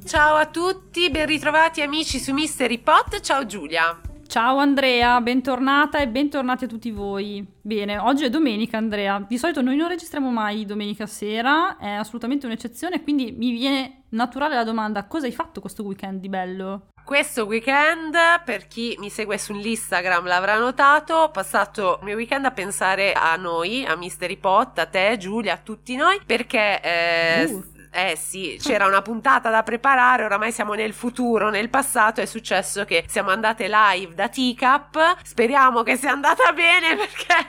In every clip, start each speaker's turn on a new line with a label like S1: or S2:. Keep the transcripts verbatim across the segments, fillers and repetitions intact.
S1: Ciao a tutti, ben ritrovati amici su Mystery Pot. Ciao Giulia.
S2: Ciao Andrea, bentornata e bentornati a tutti voi. Bene, oggi è domenica Andrea, di solito noi non registriamo mai domenica sera, è assolutamente un'eccezione, quindi mi viene naturale la domanda: cosa hai fatto questo weekend di bello?
S1: Questo weekend, per chi mi segue sull'Instagram l'avrà notato, ho passato il mio weekend a pensare a noi, a Mystery Pot, a te Giulia, a tutti noi, perché... Eh,
S2: Uh.
S1: Eh sì, c'era una puntata da preparare, oramai siamo nel futuro, nel passato è successo che siamo andate live da Teacup, speriamo che sia andata bene perché...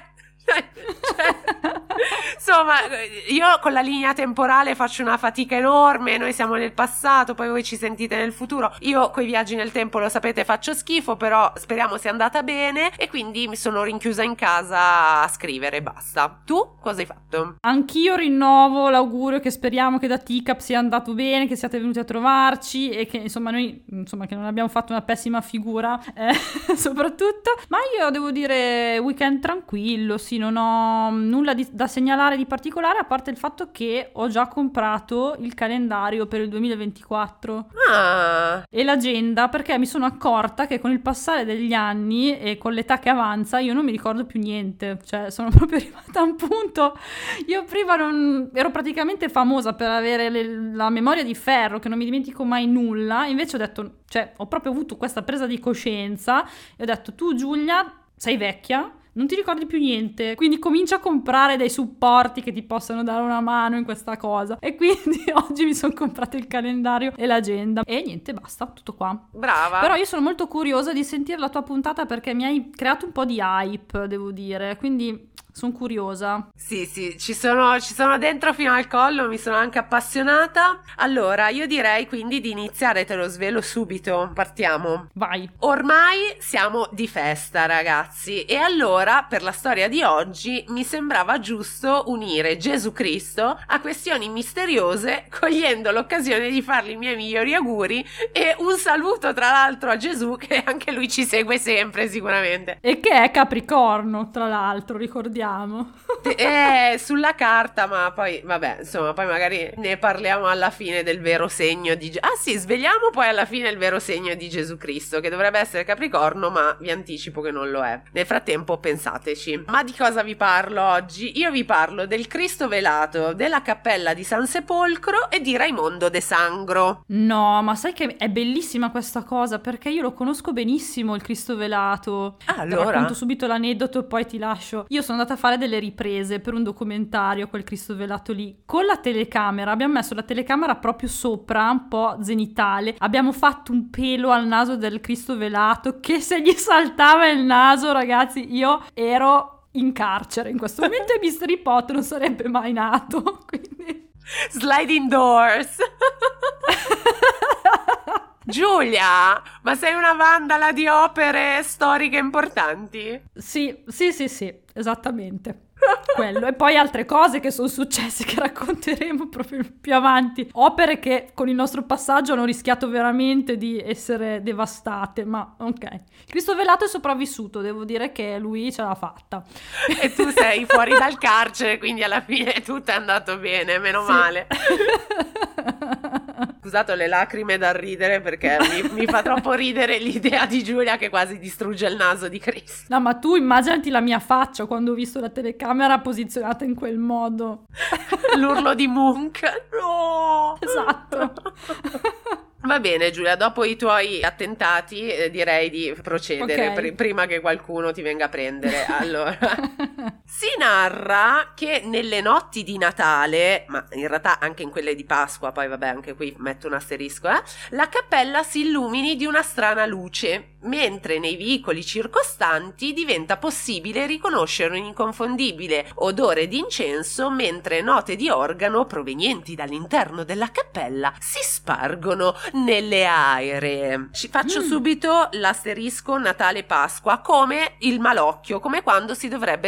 S1: cioè, insomma, io con la linea temporale faccio una fatica enorme, noi siamo nel passato, poi voi ci sentite nel futuro, io coi viaggi nel tempo lo sapete faccio schifo, però speriamo sia andata bene e quindi mi sono rinchiusa in casa a scrivere, basta. Tu cosa hai fatto?
S2: Anch'io rinnovo l'augurio che speriamo che da Teacup sia andato bene, che siate venuti a trovarci e che insomma noi insomma che non abbiamo fatto una pessima figura eh, soprattutto, ma io devo dire weekend tranquillo, sì, non ho nulla di, da segnalare di particolare, a parte il fatto che ho già comprato il calendario per il duemilaventiquattro
S1: Ah.
S2: e l'agenda, perché mi sono accorta che con il passare degli anni e con l'età che avanza io non mi ricordo più niente, cioè sono proprio arrivata a un punto. Io prima non ero praticamente famosa per avere le, la memoria di ferro, che non mi dimentico mai nulla, invece ho detto, cioè ho proprio avuto questa presa di coscienza e ho detto: tu Giulia sei vecchia, non ti ricordi più niente, quindi comincia a comprare dei supporti che ti possano dare una mano in questa cosa. E quindi oggi mi sono comprato il calendario e l'agenda e niente, basta, tutto qua.
S1: Brava.
S2: Però io sono molto curiosa di sentire la tua puntata perché mi hai creato un po' di hype, devo dire, quindi sono curiosa.
S1: Sì, sì, ci sono, ci sono dentro fino al collo, mi sono anche appassionata. Allora, io direi quindi di iniziare, te lo svelo subito, partiamo.
S2: Vai.
S1: Ormai siamo di festa, ragazzi, e allora, per la storia di oggi, mi sembrava giusto unire Gesù Cristo a questioni misteriose, cogliendo l'occasione di fargli i miei migliori auguri e un saluto, tra l'altro, a Gesù, che anche lui ci segue sempre, sicuramente.
S2: E che è Capricorno, tra l'altro, ricordiamo.
S1: È sulla carta, ma poi vabbè, insomma, poi magari ne parliamo alla fine del vero segno di Gesù. Ah sì, svegliamo poi alla fine il vero segno di Gesù Cristo, che dovrebbe essere Capricorno, ma vi anticipo che non lo è. Nel frattempo pensateci. Ma di cosa vi parlo oggi? Io vi parlo del Cristo velato, della cappella di San Sepolcro e di Raimondo de Sangro.
S2: No, ma sai che è bellissima questa cosa, perché io lo conosco benissimo il Cristo velato.
S1: Ah, allora?
S2: Ti racconto subito l'aneddoto e poi ti lascio. Io sono andata a fare delle riprese per un documentario, quel Cristo velato lì, con la telecamera. Abbiamo messo la telecamera proprio sopra, un po' zenitale. Abbiamo fatto un pelo al naso del Cristo velato che se gli saltava il naso, ragazzi, io ero in carcere in questo momento e Mystery Pot non sarebbe mai nato, quindi...
S1: Sliding doors. Giulia, ma sei una vandala di opere storiche importanti?
S2: Sì, sì, sì, sì, esattamente. Quello. E poi altre cose che sono successe che racconteremo proprio più avanti. Opere che con il nostro passaggio hanno rischiato veramente di essere devastate, ma ok. Cristo velato è sopravvissuto, devo dire che lui ce l'ha fatta.
S1: E tu sei fuori dal carcere, quindi alla fine tutto è andato bene, meno
S2: Sì.
S1: male. Scusate, le lacrime da ridere perché mi, mi fa troppo ridere l'idea di Giulia che quasi distrugge il naso di Cristo.
S2: No, ma tu immaginati la mia faccia quando ho visto la telecamera posizionata in quel modo.
S1: L'urlo di Munch. No!
S2: Esatto.
S1: Va bene Giulia, dopo i tuoi attentati eh, direi di procedere
S2: Ok.
S1: pr- prima che qualcuno ti venga a prendere. Allora, si narra che nelle notti di Natale, ma in realtà anche in quelle di Pasqua, poi vabbè anche qui metto un asterisco, eh, la cappella si illumini di una strana luce, mentre nei vicoli circostanti diventa possibile riconoscere un inconfondibile odore di incenso, mentre note di organo provenienti dall'interno della cappella si spargono nelle aere. Ci faccio
S2: Mm.
S1: subito l'asterisco Natale-Pasqua come il malocchio, come quando si dovrebbe trasmettere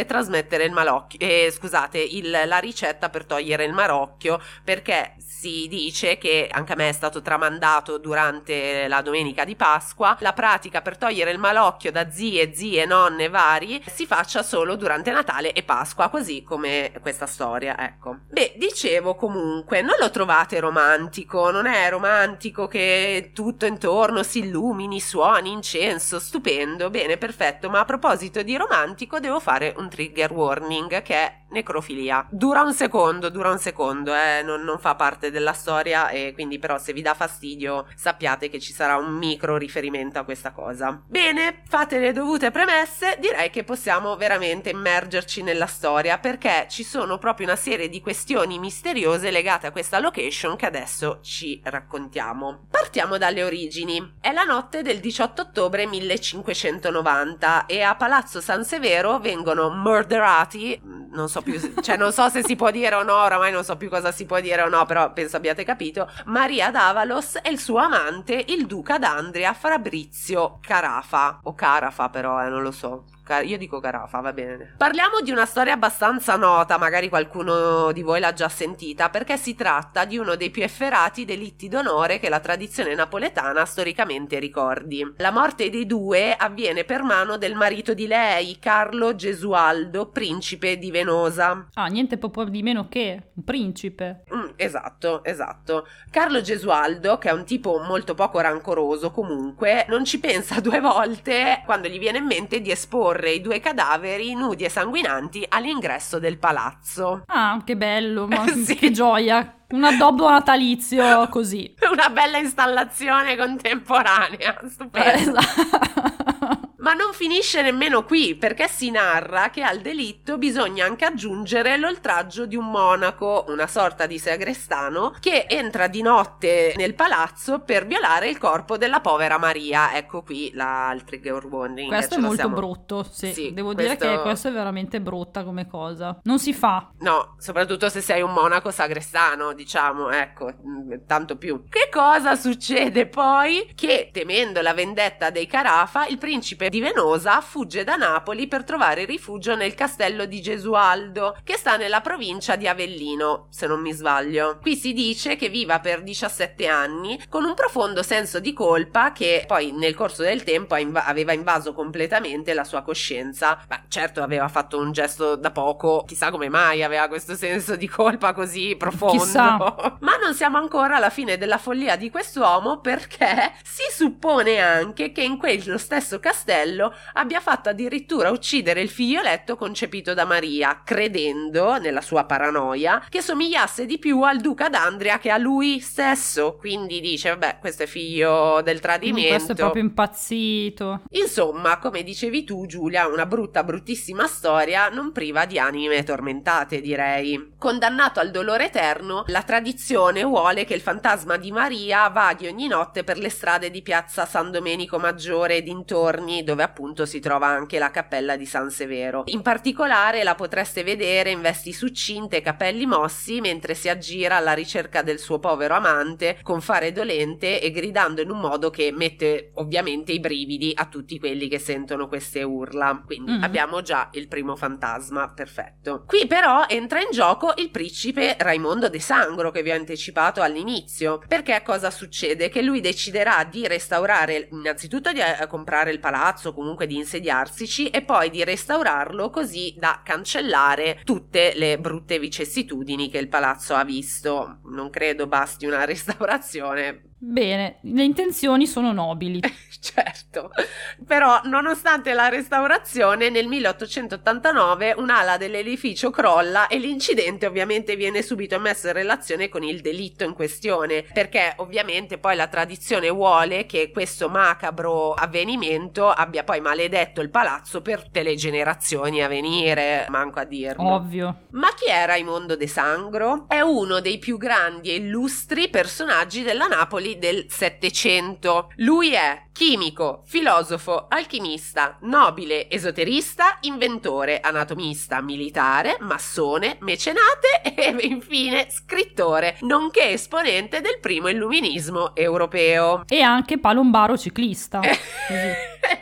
S1: mettere il malocchio, eh, scusate, il, la ricetta per togliere il marocchio, perché si dice che, anche a me è stato tramandato durante la domenica di Pasqua, la pratica per togliere il malocchio da zie, zie, nonne vari si faccia solo durante Natale e Pasqua, così come questa storia, ecco. Beh, dicevo, comunque, non lo trovate romantico? Non è romantico che tutto intorno si illumini, suoni, incenso, stupendo, bene, perfetto, ma a proposito di romantico devo fare un trigger warning, che è necrofilia. Dura un secondo, dura un secondo, eh, non, non fa parte della storia, e quindi però se vi dà fastidio sappiate che ci sarà un micro riferimento a questa cosa. Bene, fate le dovute premesse, direi che possiamo veramente immergerci nella storia, perché ci sono proprio una serie di questioni misteriose legate a questa location che adesso ci raccontiamo. Partiamo dalle origini. È la notte del diciotto ottobre millecinquecentonovanta e a Palazzo San Severo vengono murderati, non so più, cioè non so se si può dire o no, oramai non so più cosa si può dire o no, però penso abbiate capito, Maria d'Avalos e il suo amante, il duca d'Andria Fabrizio Carafa, o Carafa però, eh, non lo so. Io dico Carafa, va bene. Parliamo di una storia abbastanza nota, magari qualcuno di voi l'ha già sentita, perché si tratta di uno dei più efferati delitti d'onore che la tradizione napoletana storicamente ricordi. La morte dei due avviene per mano del marito di lei, Carlo Gesualdo, principe di Venosa.
S2: Ah, niente proprio di meno che un principe.
S1: Mm, esatto, esatto. Carlo Gesualdo, che è un tipo molto poco rancoroso comunque, non ci pensa due volte quando gli viene in mente di esporre i due cadaveri nudi e sanguinanti all'ingresso del palazzo.
S2: Ah, che bello, ma
S1: Sì.
S2: che gioia. Un addobbo natalizio così.
S1: Una bella installazione contemporanea, stupendo.
S2: Eh, esatto.
S1: Ma non finisce nemmeno qui, perché si narra che al delitto bisogna anche aggiungere l'oltraggio di un monaco, una sorta di sagrestano, che entra di notte nel palazzo per violare il corpo della povera Maria. Ecco qui la, il trigger warning.
S2: Questo
S1: ce
S2: è
S1: lo
S2: molto
S1: siamo...
S2: brutto, sì.
S1: Sì,
S2: Devo
S1: questo...
S2: dire che questo è veramente brutta come cosa. Non si fa.
S1: No, soprattutto se sei un monaco sagrestano, diciamo, ecco, tanto più. Che cosa succede poi? Che, temendo la vendetta dei Carafa, il principe di Venosa fugge da Napoli per trovare rifugio nel castello di Gesualdo, che sta nella provincia di Avellino, se non mi sbaglio. Qui si dice che viva per diciassette anni con un profondo senso di colpa che poi nel corso del tempo aveva invaso completamente la sua coscienza. Beh, certo aveva fatto un gesto da poco, chissà come mai aveva questo senso di colpa così profondo.
S2: Chissà.
S1: Ma non siamo ancora alla fine della follia di quest'uomo, perché si suppone anche che in quello stesso castello abbia fatto addirittura uccidere il figlioletto concepito da Maria, credendo, nella sua paranoia, che somigliasse di più al duca d'Andria che a lui stesso. Quindi dice, vabbè, questo è figlio del tradimento.
S2: Questo è proprio impazzito.
S1: Insomma, come dicevi tu, Giulia, una brutta, bruttissima storia, non priva di anime tormentate, direi. Condannato al dolore eterno, la tradizione vuole che il fantasma di Maria vaghi ogni notte per le strade di piazza San Domenico Maggiore e dintorni, dove appunto si trova anche la cappella di San Severo. In particolare la potreste vedere in vesti succinte e capelli mossi mentre si aggira alla ricerca del suo povero amante con fare dolente e gridando in un modo che mette ovviamente i brividi a tutti quelli che sentono queste urla. Quindi mm. abbiamo già il primo fantasma, perfetto. Qui però entra in gioco il principe Raimondo de Sangro che vi ho anticipato all'inizio, perché cosa succede? Che lui deciderà di restaurare, innanzitutto di eh, comprare il palazzo, comunque di insediarsici, e poi di restaurarlo così da cancellare tutte le brutte vicissitudini che il palazzo ha visto. Non credo basti una restaurazione.
S2: Bene, le intenzioni sono nobili.
S1: Certo, però nonostante la restaurazione nel milleottocentottantanove un'ala dell'edificio crolla e l'incidente ovviamente viene subito messo in relazione con il delitto in questione, perché ovviamente poi la tradizione vuole che questo macabro avvenimento abbia poi maledetto il palazzo per tutte le generazioni a venire, manco a dirlo.
S2: Ovvio.
S1: Ma chi è Raimondo de Sangro? È uno dei più grandi e illustri personaggi della Napoli del Settecento. Lui è chimico, filosofo, alchimista, nobile, esoterista, inventore, anatomista, militare, massone, mecenate e infine scrittore, nonché esponente del primo illuminismo europeo.
S2: E anche palombaro ciclista. Così.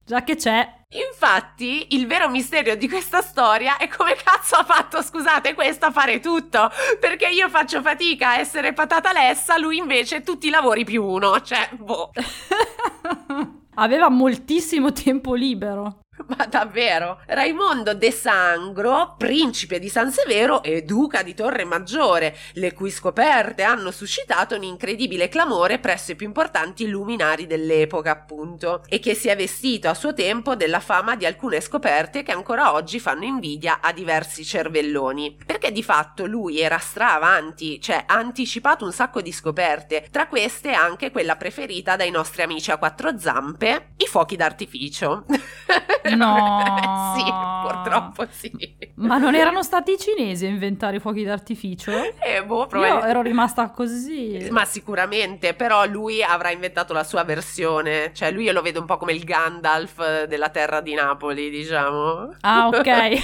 S2: già che c'è.
S1: Infatti, il vero misterio di questa storia è come cazzo ha fatto, scusate, questo a fare tutto, perché io faccio fatica a essere patata lessa, lui invece tutti i lavori più uno, cioè, boh.
S2: Aveva moltissimo tempo libero.
S1: Ma davvero? Raimondo de Sangro, principe di San Severo e duca di Torre Maggiore, le cui scoperte hanno suscitato un incredibile clamore presso i più importanti luminari dell'epoca, appunto, e che si è vestito a suo tempo della fama di alcune scoperte che ancora oggi fanno invidia a diversi cervelloni, perché di fatto lui era stra avanti, cioè ha anticipato un sacco di scoperte, tra queste anche quella preferita dai nostri amici a quattro zampe, i fuochi d'artificio.
S2: No.
S1: Sì, purtroppo sì.
S2: Ma non erano stati i cinesi a inventare i fuochi d'artificio?
S1: Eh, boh,
S2: Io ero rimasta così.
S1: Ma sicuramente, però lui avrà inventato la sua versione, cioè lui io lo vedo un po' come il Gandalf della terra di Napoli, diciamo.
S2: Ah, ok.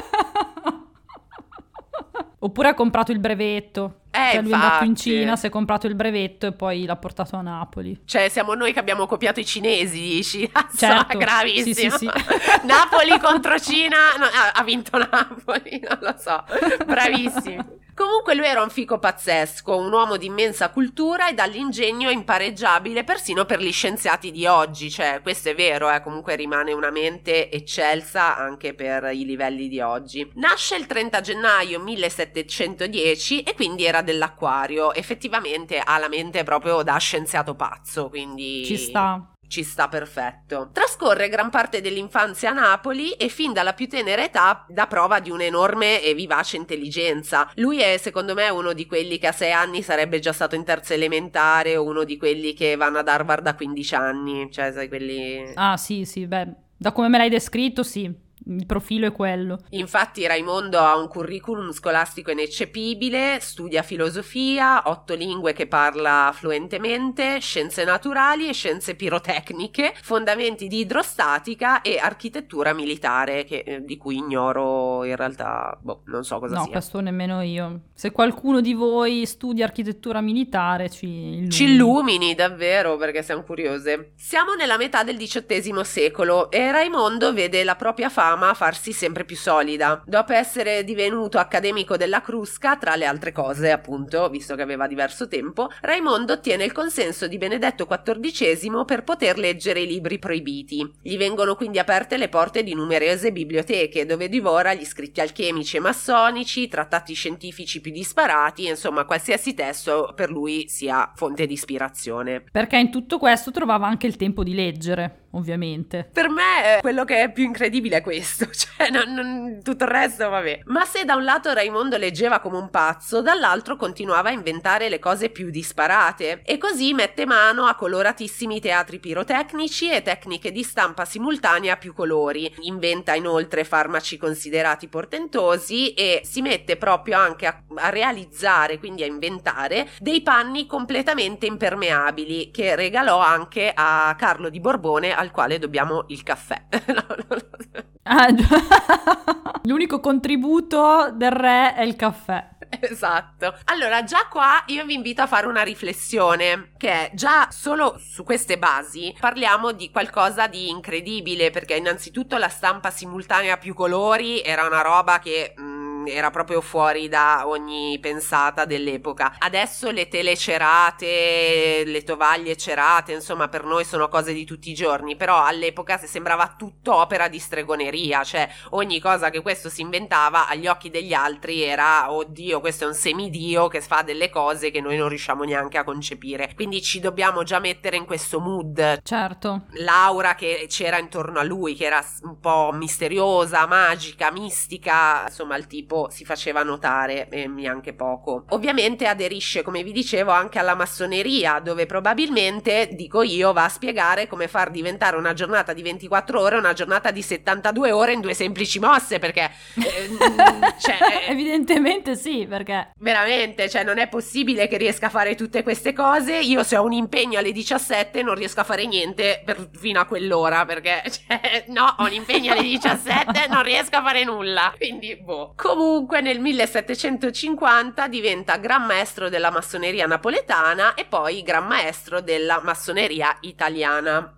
S2: Oppure ha comprato il brevetto.
S1: Eh,
S2: cioè lui è andato in
S1: infatti.
S2: Cina, si è comprato il brevetto e poi l'ha portato a Napoli.
S1: Cioè siamo noi che abbiamo copiato i cinesi, dici?
S2: Certo.
S1: Gravissimo.
S2: Sì, sì, sì.
S1: Napoli contro Cina, no, ha vinto Napoli, non lo so. Bravissimi. Comunque lui era un fico pazzesco, un uomo di immensa cultura e dall'ingegno impareggiabile persino per gli scienziati di oggi, cioè questo è vero, eh, comunque rimane una mente eccelsa anche per i livelli di oggi. Nasce il trenta gennaio millesettecentodieci e quindi era dell'Acquario, effettivamente ha la mente proprio da scienziato pazzo, quindi
S2: Ci sta.
S1: Ci sta perfetto. Trascorre gran parte dell'infanzia a Napoli e fin dalla più tenera età dà prova di un'enorme e vivace intelligenza. Lui è secondo me uno di quelli che a sei anni sarebbe già stato in terza elementare o uno di quelli che vanno ad Harvard a quindici anni, cioè sai quelli...
S2: Ah sì sì, beh, da come me l'hai descritto sì. Il profilo è quello.
S1: Infatti Raimondo ha un curriculum scolastico ineccepibile, studia filosofia, otto lingue che parla fluentemente, scienze naturali e scienze pirotecniche, fondamenti di idrostatica e architettura militare, che, eh, di cui ignoro in realtà, boh, non so cosa
S2: no,
S1: sia.
S2: questo nemmeno io. Se qualcuno di voi studia architettura militare ci illumini.
S1: Ci illumini davvero, perché siamo curiose. Siamo nella metà del diciottesimo secolo e Raimondo vede la propria fama farsi sempre più solida. Dopo essere divenuto accademico della Crusca, tra le altre cose, appunto, visto che aveva diverso tempo, Raimondo ottiene il consenso di Benedetto quattordicesimo per poter leggere i libri proibiti. Gli vengono quindi aperte le porte di numerose biblioteche, dove divora gli scritti alchemici e massonici, trattati scientifici più disparati, insomma, qualsiasi testo per lui sia fonte di ispirazione.
S2: Perché in tutto questo trovava anche il tempo di leggere, ovviamente.
S1: Per me quello che è più incredibile è questo, cioè non, non, tutto il resto vabbè. Ma se da un lato Raimondo leggeva come un pazzo, dall'altro continuava a inventare le cose più disparate e così mette mano a coloratissimi teatri pirotecnici e tecniche di stampa simultanea a più colori. Inventa inoltre farmaci considerati portentosi e si mette proprio anche a, a realizzare, quindi a inventare, dei panni completamente impermeabili che regalò anche a Carlo di Borbone, al quale dobbiamo il caffè. No, no, no.
S2: Ah, l'unico contributo del re è il caffè.
S1: Esatto. Allora, già qua io vi invito a fare una riflessione, che è già solo su queste basi parliamo di qualcosa di incredibile, perché innanzitutto la stampa simultanea a più colori era una roba che mh, era proprio fuori da ogni pensata dell'epoca. Adesso le tele cerate, le tovaglie cerate, insomma, per noi sono cose di tutti i giorni, però all'epoca sembrava tutto opera di stregoneria, cioè ogni cosa che questo si inventava agli occhi degli altri era oddio, questo è un semidio che fa delle cose che noi non riusciamo neanche a concepire. Quindi ci dobbiamo già mettere in questo mood.
S2: Certo.
S1: L'aura che c'era intorno a lui, che era un po' misteriosa, magica, mistica, insomma il tipo si faceva notare e neanche poco. Ovviamente aderisce, come vi dicevo, anche alla massoneria, dove probabilmente, dico io, va a spiegare come far diventare una giornata di ventiquattro ore una giornata di settantadue ore in due semplici mosse, perché eh, cioè,
S2: evidentemente sì, perché
S1: veramente, cioè non è possibile che riesca a fare tutte queste cose. Io se ho un impegno alle diciassette non riesco a fare niente per, fino a quell'ora, perché cioè, no, ho un impegno alle diciassette non riesco a fare nulla, quindi boh. Comunque nel millesettecentocinquanta diventa gran maestro della massoneria napoletana e poi gran maestro della massoneria italiana.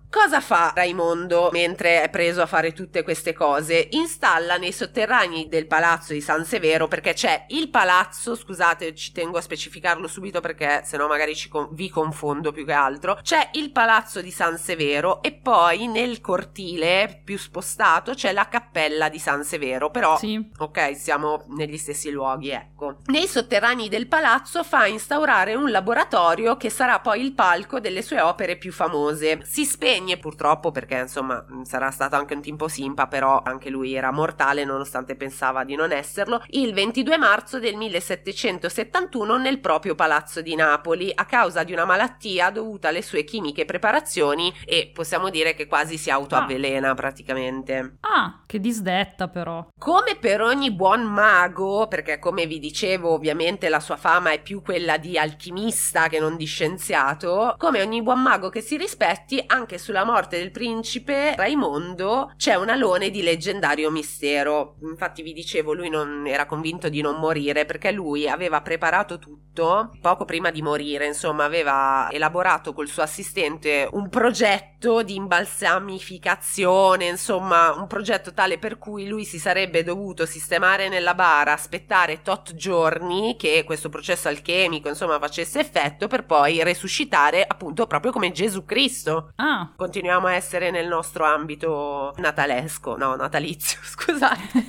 S1: Cosa fa Raimondo mentre è preso a fare tutte queste cose? Installa nei sotterranei del palazzo di San Severo, perché c'è il palazzo, scusate, ci tengo a specificarlo subito perché sennò magari ci con- vi confondo più che altro, c'è il palazzo di San Severo e poi nel cortile più spostato c'è la cappella di San Severo, però
S2: sì.
S1: Ok, siamo negli stessi luoghi, ecco. Nei sotterranei del palazzo fa instaurare un laboratorio che sarà poi il palco delle sue opere più famose. Si spegne purtroppo perché insomma sarà stato anche un tipo simpa, però anche lui era mortale nonostante pensava di non esserlo, il ventidue marzo del millesettecentosettantuno nel proprio palazzo di Napoli a causa di una malattia dovuta alle sue chimiche preparazioni e possiamo dire che quasi si autoavvelena ah. praticamente.
S2: Ah, che disdetta però.
S1: Come per ogni buon mago, perché come vi dicevo ovviamente la sua fama è più quella di alchimista che non di scienziato, come ogni buon mago che si rispetti, anche sulla morte del principe Raimondo c'è un alone di leggendario mistero. Infatti vi dicevo, lui non era convinto di non morire perché lui aveva preparato tutto poco prima di morire, insomma aveva elaborato col suo assistente un progetto di imbalsamificazione, insomma un progetto tale per cui lui si sarebbe dovuto sistemare nella bara, aspettare tot giorni che questo processo alchemico insomma facesse effetto per poi resuscitare appunto proprio come Gesù Cristo.
S2: Ah.
S1: Continuiamo a essere nel nostro ambito natalesco, no natalizio, scusate.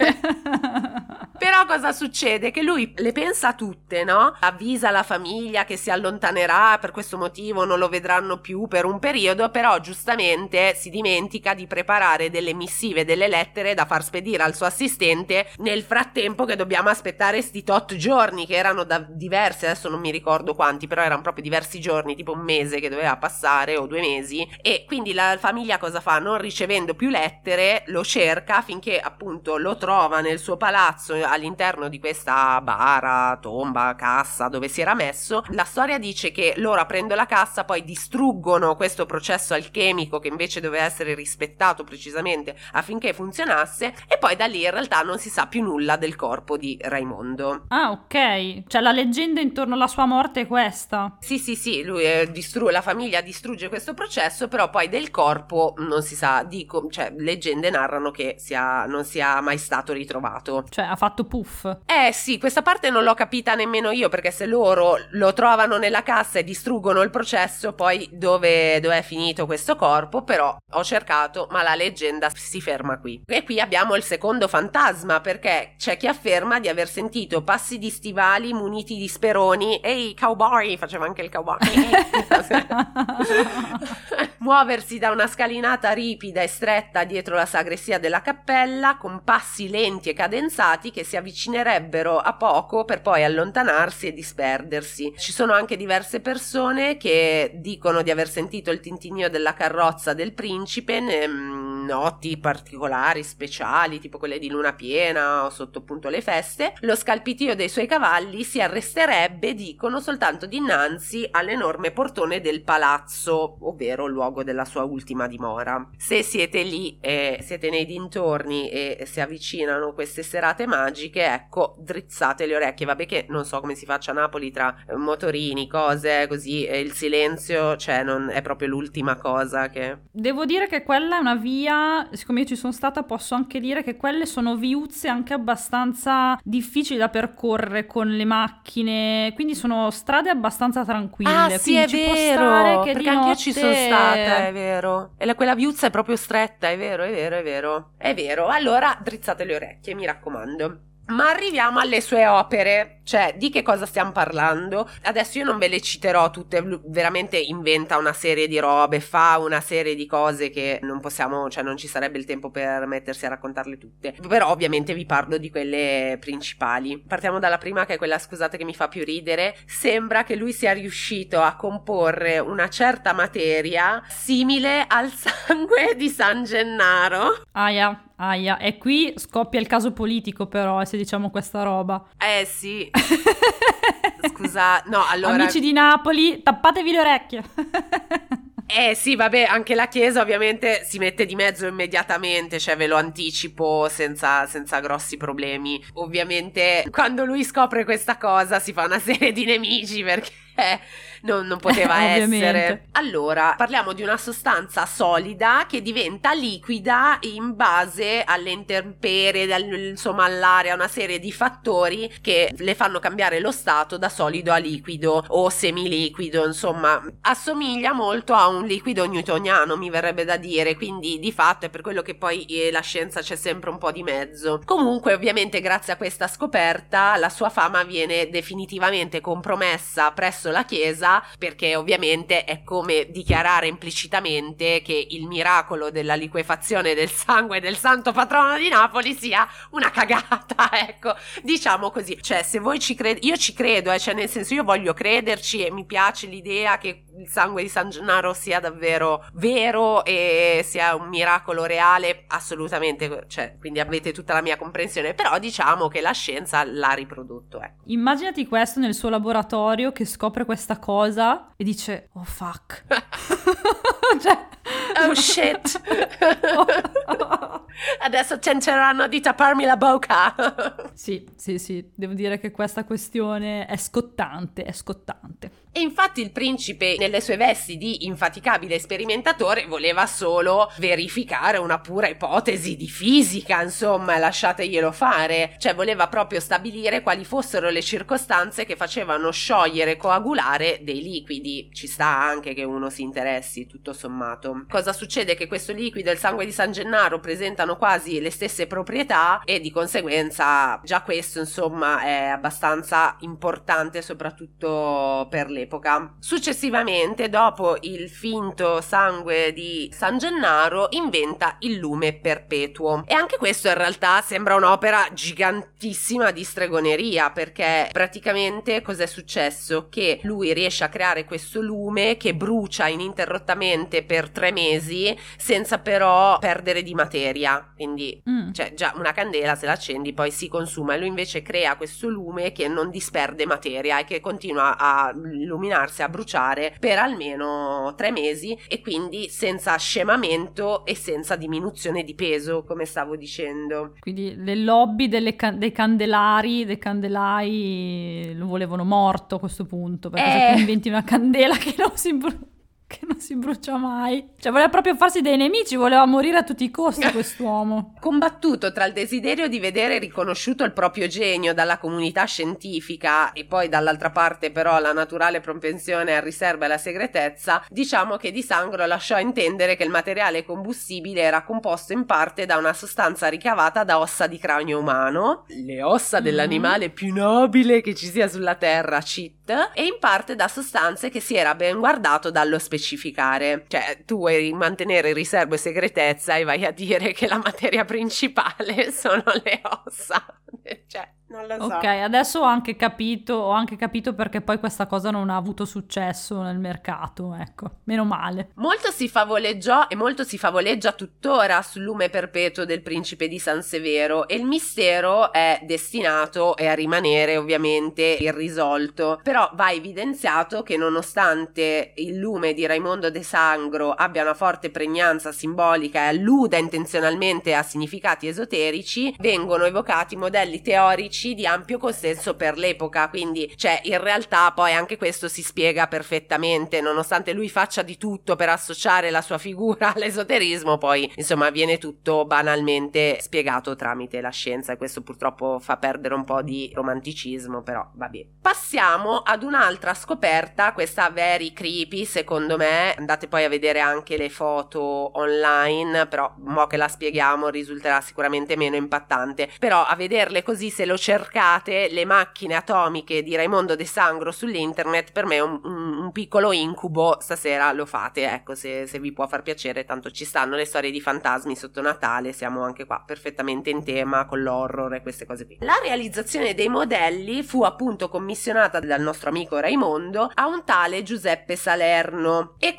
S1: Però cosa succede? Che lui le pensa tutte, no? Avvisa la famiglia che si allontanerà, per questo motivo non lo vedranno più per un periodo, però giustamente si dimentica di preparare delle missive, delle lettere da far spedire al suo assistente nel frattempo che dobbiamo aspettare sti tot giorni, che erano da diversi, adesso non mi ricordo quanti, però erano proprio diversi giorni, tipo un mese che doveva passare o due mesi, e quindi la famiglia cosa fa? Non ricevendo più lettere, lo cerca finché appunto lo trova nel suo palazzo all'interno di questa bara, tomba, cassa dove si era messo. La storia dice che loro aprendo la cassa poi distruggono questo processo alchemico che invece doveva essere rispettato precisamente affinché funzionasse, e poi da lì in realtà non si sa più nulla del corpo di Raimondo.
S2: Ah, ok, cioè la leggenda intorno alla sua morte è questa.
S1: Sì sì sì, lui eh, distru- la famiglia distrugge questo processo, però poi del corpo non si sa, dico, cioè leggende narrano che sia, non sia mai stato ritrovato.
S2: Cioè ha fatto puff.
S1: Eh sì, questa parte non l'ho capita nemmeno io, perché se loro lo trovano nella cassa e distruggono il processo, poi dove, dove è finito questo corpo? Però ho cercato, ma la leggenda si ferma qui. E qui abbiamo il secondo fantasma, perché c'è chi afferma di aver sentito passi di stivali muniti di speroni, e i cowboy, faceva anche il cowboy, muoversi da una scalinata ripida e stretta dietro la sagrestia della cappella, con passi lenti e cadenzati che si avvicinerebbero a poco per poi allontanarsi e disperdersi. Ci sono anche diverse persone che dicono di aver sentito il tintinnio della carrozza del principe, notti particolari, speciali, tipo quelle di luna piena o sotto appunto le feste. Lo scalpitio dei suoi cavalli si arresterebbe, dicono, soltanto dinanzi all'enorme portone del palazzo, ovvero il luogo della sua ultima dimora. Se siete lì e siete nei dintorni e si avvicinano queste serate magiche, ecco, drizzate le orecchie. Vabbè che non so come si faccia a Napoli tra motorini, cose così, e il silenzio, cioè non è proprio l'ultima cosa che...
S2: Devo dire che quella è una via, siccome io ci sono stata posso anche dire che quelle sono viuzze anche abbastanza difficili da percorrere con le macchine, quindi sono strade abbastanza tranquille.
S1: Ah sì, è
S2: ci
S1: vero,
S2: può stare che
S1: perché
S2: di
S1: anche io
S2: notte...
S1: ci sono stata, è vero. E la, quella viuzza è proprio stretta, è vero, è vero, è vero. È vero, allora drizzate le orecchie, mi raccomando. Ma arriviamo alle sue opere, cioè di che cosa stiamo parlando? Adesso io non ve le citerò tutte, veramente inventa una serie di robe, fa una serie di cose che non possiamo, cioè non ci sarebbe il tempo per mettersi a raccontarle tutte, però ovviamente vi parlo di quelle principali. Partiamo dalla prima, che è quella, scusate, che mi fa più ridere. Sembra che lui sia riuscito a comporre una certa materia simile al sangue di San Gennaro.
S2: Aia. Aia, e qui scoppia il caso politico però, se diciamo questa roba.
S1: Eh sì. Scusa, no, allora...
S2: Amici di Napoli, tappatevi le orecchie.
S1: Eh sì, vabbè, anche la Chiesa ovviamente si mette di mezzo immediatamente, cioè ve lo anticipo senza, senza grossi problemi. Ovviamente quando lui scopre questa cosa si fa una serie di nemici, perché perché non, non poteva essere. Allora, parliamo di una sostanza solida che diventa liquida in base alle intemperie, al, insomma all'aria, una serie di fattori che le fanno cambiare lo stato da solido a liquido o semiliquido, insomma assomiglia molto a un liquido newtoniano, mi verrebbe da dire, quindi di fatto è per quello che poi eh, la scienza c'è sempre un po' di mezzo. Comunque ovviamente grazie a questa scoperta la sua fama viene definitivamente compromessa presso la Chiesa, perché ovviamente è come dichiarare implicitamente che il miracolo della liquefazione del sangue del santo patrono di Napoli sia una cagata, ecco, diciamo così. Cioè, se voi ci credete, io ci credo, eh, cioè nel senso io voglio crederci e mi piace l'idea che il sangue di San Gennaro sia davvero vero e sia un miracolo reale, assolutamente, cioè, quindi avete tutta la mia comprensione, però diciamo che la scienza l'ha riprodotto, ecco.
S2: Immaginati questo nel suo laboratorio che scopre questa cosa e dice oh fuck. Cioè,
S1: oh shit. Adesso tenteranno di tapparmi la bocca.
S2: Sì, sì, sì, devo dire che questa questione è scottante, è scottante.
S1: E infatti il principe, nelle sue vesti di infaticabile sperimentatore, voleva solo verificare una pura ipotesi di fisica, insomma, lasciateglielo fare. Cioè voleva proprio stabilire quali fossero le circostanze che facevano sciogliere e coagulare dei liquidi. Ci sta anche che uno si interessi, tutto sommato. Cosa succede? Che questo liquido e il sangue di San Gennaro presentano quasi le stesse proprietà e di conseguenza già questo, insomma, è abbastanza importante soprattutto per l'epoca. Successivamente, dopo il finto sangue di San Gennaro, inventa il lume perpetuo, e anche questo in realtà sembra un'opera gigantissima di stregoneria, perché praticamente cos'è successo? Che lui riesce a creare questo lume che brucia ininterrottamente per tre mesi senza però perdere di materia, quindi mm. cioè già una candela se la accendi poi si consuma, e lui invece crea questo lume che non disperde materia e che continua a illuminarsi, a bruciare per almeno tre mesi, e quindi senza scemamento e senza diminuzione di peso, come stavo dicendo.
S2: Quindi le lobby delle can- dei candelari, dei candelai lo volevano morto a questo punto, perché eh. se tu inventi una candela che non si brucia che non si brucia mai, cioè voleva proprio farsi dei nemici, voleva morire a tutti i costi quest'uomo.
S1: Combattuto tra il desiderio di vedere riconosciuto il proprio genio dalla comunità scientifica e poi dall'altra parte però la naturale propensione al riserbo e alla segretezza, diciamo che Di Sangro lasciò intendere che il materiale combustibile era composto in parte da una sostanza ricavata da ossa di cranio umano, le ossa mm. dell'animale più nobile che ci sia sulla terra, cheat, e in parte da sostanze che si era ben guardato dallo specifico. Specificare, cioè tu vuoi mantenere riservo e segretezza e vai a dire che la materia principale sono le ossa, cioè non lo so.
S2: Ok, adesso ho anche capito, ho anche capito perché poi questa cosa non ha avuto successo nel mercato, ecco, meno male.
S1: Molto si favoleggiò e molto si favoleggia tuttora sul lume perpetuo del principe di San Severo, e il mistero è destinato a rimanere ovviamente irrisolto, però va evidenziato che nonostante il lume di Raimondo de Sangro abbia una forte pregnanza simbolica e alluda intenzionalmente a significati esoterici, vengono evocati modelli teorici di ampio consenso per l'epoca, quindi cioè in realtà poi anche questo si spiega perfettamente, nonostante lui faccia di tutto per associare la sua figura all'esoterismo, poi insomma viene tutto banalmente spiegato tramite la scienza, e questo purtroppo fa perdere un po' di romanticismo, però vabbè. Passiamo ad un'altra scoperta, questa very creepy secondo me, andate poi a vedere anche le foto online, però mo che la spieghiamo risulterà sicuramente meno impattante, però a vederle così, se lo cercate, le macchine atomiche di Raimondo de Sangro sull'internet, per me è un, un, un piccolo incubo, stasera lo fate, ecco, se, se vi può far piacere, tanto ci stanno le storie di fantasmi sotto Natale, siamo anche qua perfettamente in tema con l'horror e queste cose qui. La realizzazione dei modelli fu appunto commissionata dal nostro amico Raimondo a un tale Giuseppe Salerno, e qui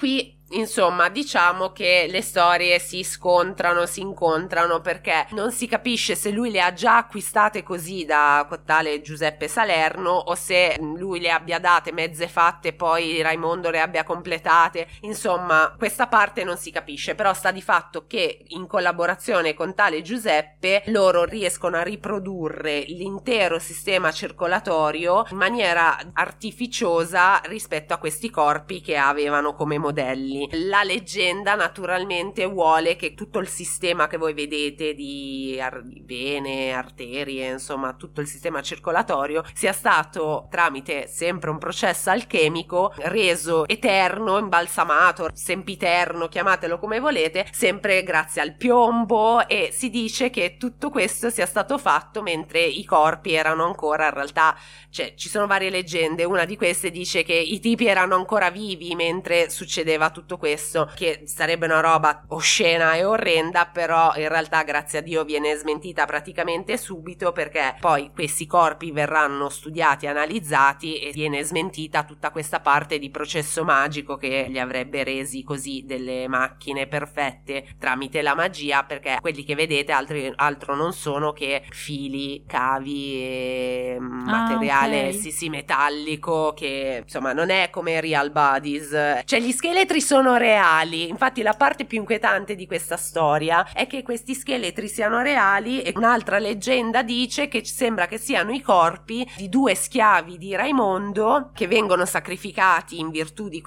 S1: insomma, diciamo che le storie si scontrano, si incontrano, perché non si capisce se lui le ha già acquistate così da tale Giuseppe Salerno o se lui le abbia date mezze fatte, poi Raimondo le abbia completate. Insomma, questa parte non si capisce, però sta di fatto che in collaborazione con tale Giuseppe loro riescono a riprodurre l'intero sistema circolatorio in maniera artificiosa rispetto a questi corpi che avevano come modelli. La leggenda naturalmente vuole che tutto il sistema che voi vedete di, ar- di vene, arterie, insomma tutto il sistema circolatorio sia stato, tramite sempre un processo alchemico, reso eterno, imbalsamato, sempiterno, chiamatelo come volete, sempre grazie al piombo, e si dice che tutto questo sia stato fatto mentre i corpi erano ancora, in realtà, cioè ci sono varie leggende, una di queste dice che i tipi erano ancora vivi mentre succedeva tutto questo, che sarebbe una roba oscena e orrenda, però in realtà grazie a Dio viene smentita praticamente subito, perché poi questi corpi verranno studiati, analizzati, e viene smentita tutta questa parte di processo magico che li avrebbe resi così delle macchine perfette tramite la magia, perché quelli che vedete altri, altro non sono che fili, cavi e ah, materiale okay. sì sì metallico, che insomma non è come real bodies, cioè gli scheletri sono reali. Infatti la parte più inquietante di questa storia è che questi scheletri siano reali, e un'altra leggenda dice che sembra che siano i corpi di due schiavi di Raimondo che vengono sacrificati in virtù di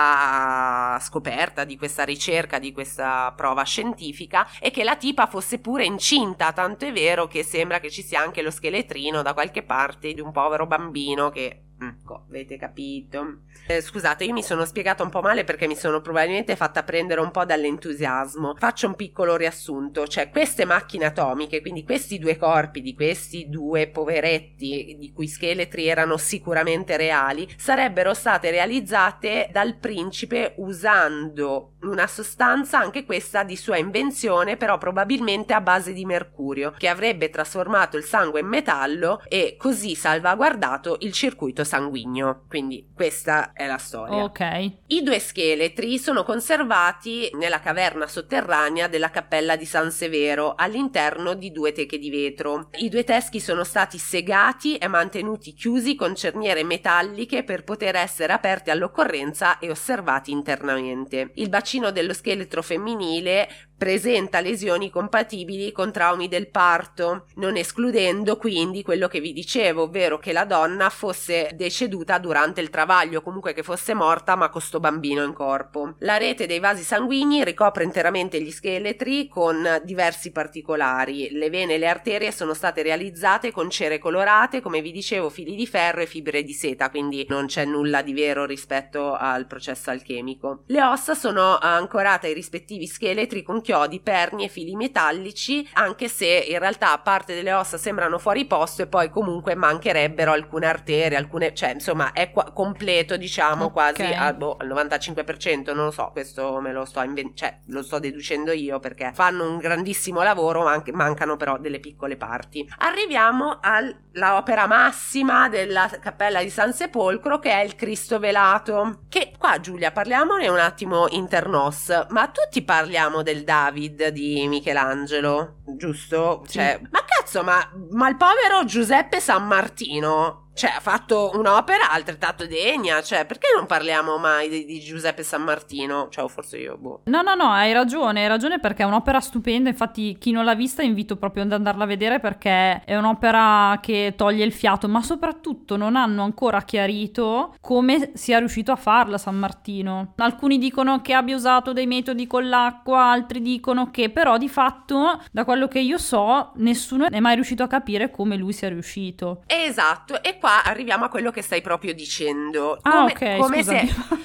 S1: questa scoperta, di questa ricerca, di questa prova scientifica, e che la tipa fosse pure incinta, tanto è vero che sembra che ci sia anche lo scheletrino da qualche parte di un povero bambino che... Ecco, avete capito? Eh, scusate, io mi sono spiegata un po' male perché mi sono probabilmente fatta prendere un po' dall'entusiasmo. Faccio un piccolo riassunto, cioè queste macchine atomiche, quindi questi due corpi di questi due poveretti, di cui scheletri erano sicuramente reali, sarebbero state realizzate dal principe usando una sostanza, anche questa di sua invenzione, però probabilmente a base di mercurio, che avrebbe trasformato il sangue in metallo e così salvaguardato il circuito sanguigno. Quindi questa è la storia.
S2: Ok.
S1: I due scheletri sono conservati nella caverna sotterranea della cappella di San Severo, all'interno di due teche di vetro. I due teschi sono stati segati e mantenuti chiusi con cerniere metalliche per poter essere aperti all'occorrenza e osservati internamente. Il bacino dello scheletro femminile presenta lesioni compatibili con traumi del parto, non escludendo quindi quello che vi dicevo, ovvero che la donna fosse deceduta durante il travaglio, comunque che fosse morta ma con sto bambino in corpo. La rete dei vasi sanguigni ricopre interamente gli scheletri con diversi particolari. Le vene e le arterie sono state realizzate con cere colorate, come vi dicevo, fili di ferro e fibre di seta, quindi non c'è nulla di vero rispetto al processo alchemico. Le ossa sono ancorate ai rispettivi scheletri con chiodi, perni e fili metallici, anche se in realtà parte delle ossa sembrano fuori posto e poi comunque mancherebbero alcune arterie, alcune, cioè insomma è qua- completo, diciamo, okay. quasi al, boh, al novantacinque per cento, non lo so, questo me lo sto invent- cioè lo sto deducendo io perché fanno un grandissimo lavoro, ma anche, mancano però delle piccole parti. Arriviamo all'opera massima della cappella di San Sepolcro, che è il Cristo velato, che qua, Giulia, parliamone un attimo internos, ma tutti parliamo del David di Michelangelo, giusto? Sì. Cioè, ma cazzo, ma, ma il povero Giuseppe San Martino, cioè ha fatto un'opera altrettanto degna, cioè perché non parliamo mai di, di Giuseppe San Martino? Cioè, o forse io, boh.
S2: No, no, no, hai ragione, hai ragione, perché è un'opera stupenda, infatti chi non l'ha vista invito proprio ad andarla a vedere, perché è un'opera che toglie il fiato, ma soprattutto non hanno ancora chiarito come sia riuscito a farla San Martino. Alcuni dicono che abbia usato dei metodi con l'acqua, altri dicono che, però di fatto, da quello che io so, nessuno è mai riuscito a capire come lui sia riuscito.
S1: Esatto, e qua arriviamo a quello che stai proprio dicendo.
S2: Ah, come, ok, come se...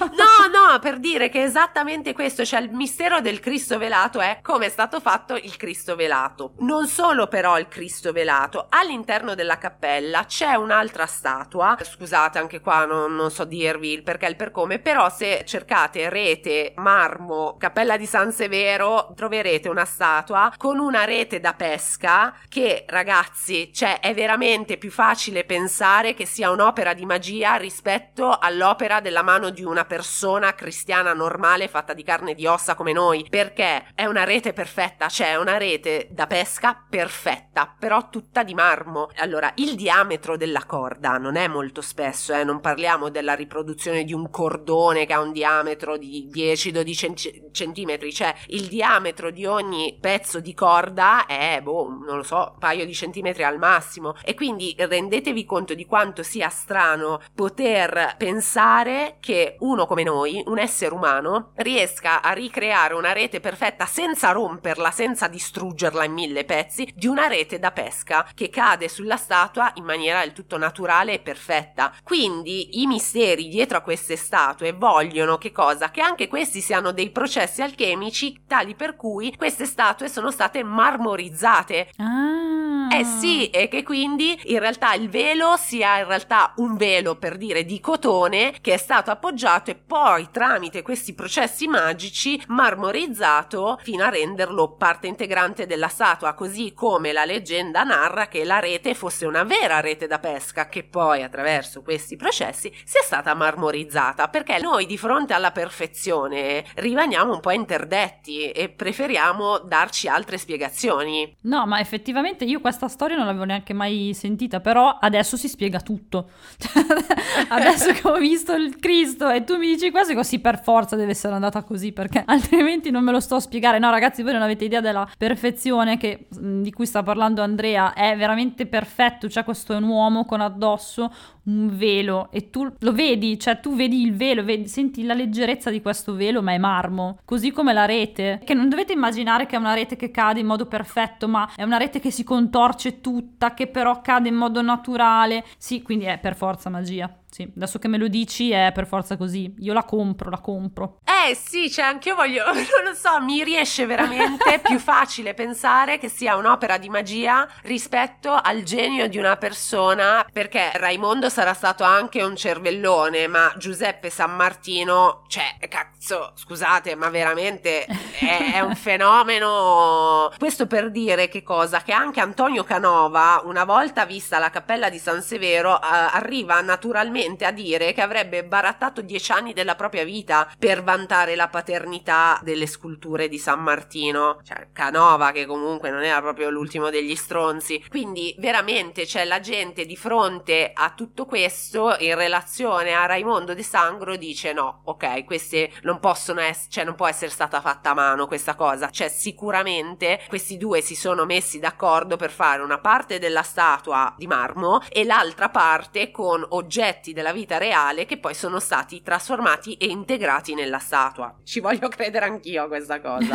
S1: No, no, per dire che è esattamente questo, cioè il mistero del Cristo velato è come è stato fatto il Cristo velato. Non solo però il Cristo velato, all'interno della cappella c'è un'altra statua, scusate anche qua non, non so dirvi il perché e il per come, però se cercate rete, marmo, cappella di San Severo, troverete una statua con una rete da pesca che, ragazzi, cioè è veramente più facile pensare pensare che sia un'opera di magia rispetto all'opera della mano di una persona cristiana normale fatta di carne e di ossa come noi, perché è una rete perfetta, cioè è una rete da pesca perfetta, però tutta di marmo. Allora, il diametro della corda non è molto spesso, eh, non parliamo della riproduzione di un cordone che ha un diametro di dieci dodici centimetri, cioè il diametro di ogni pezzo di corda è, boh, non lo so, un paio di centimetri al massimo, e quindi rendetevi conto di quanto sia strano poter pensare che uno come noi, un essere umano, riesca a ricreare una rete perfetta senza romperla, senza distruggerla in mille pezzi, di una rete da pesca che cade sulla statua in maniera del tutto naturale e perfetta. Quindi i misteri dietro a queste statue vogliono che cosa? Che anche questi siano dei processi alchemici tali per cui queste statue sono state marmorizzate.
S2: Ah.
S1: Eh sì, e che quindi in realtà il velo sia in realtà un velo, per dire, di cotone che è stato appoggiato e poi tramite questi processi magici marmorizzato fino a renderlo parte integrante della statua, così come la leggenda narra che la rete fosse una vera rete da pesca che poi attraverso questi processi sia stata marmorizzata, perché noi di fronte alla perfezione rimaniamo un po' interdetti e preferiamo darci altre spiegazioni.
S2: No, ma effettivamente io questa storia non l'avevo neanche mai sentita, però adesso si spiega tutto. Adesso che ho visto il Cristo e tu mi dici questo, così per forza deve essere andata così, perché altrimenti non me lo sto a spiegare. No, ragazzi, voi non avete idea della perfezione che, di cui sta parlando Andrea, è veramente perfetto. Cioè, questo è un uomo con addosso un velo e tu lo vedi, cioè tu vedi il velo, vedi, senti la leggerezza di questo velo, ma è marmo, così come la rete, che non dovete immaginare che è una rete che cade in modo perfetto, ma è una rete che si contorce tutta, che però cade in modo naturale. Sì, quindi è per forza magia. Sì, adesso che me lo dici è per forza così. Io la compro, la compro.
S1: Eh sì, cioè anche io voglio, non lo so, mi riesce veramente più facile pensare che sia un'opera di magia rispetto al genio di una persona, perché Raimondo sarà stato anche un cervellone, ma Giuseppe Sammartino, cioè, cazzo, scusate, ma veramente è, è un fenomeno. Questo per dire che cosa? Che anche Antonio Canova, una volta vista la cappella di San Severo, eh, arriva naturalmente a dire che avrebbe barattato dieci anni della propria vita per vantare la paternità delle sculture di San Martino, cioè Canova, che comunque non era proprio l'ultimo degli stronzi. Quindi veramente c'è la gente di fronte a tutto questo in relazione a Raimondo de Sangro dice no, ok, queste non possono essere, cioè non può essere stata fatta a mano questa cosa, cioè sicuramente questi due si sono messi d'accordo per fare una parte della statua di marmo e l'altra parte con oggetti della vita reale che poi sono stati trasformati e integrati nella statua. Ci voglio credere anch'io a questa cosa.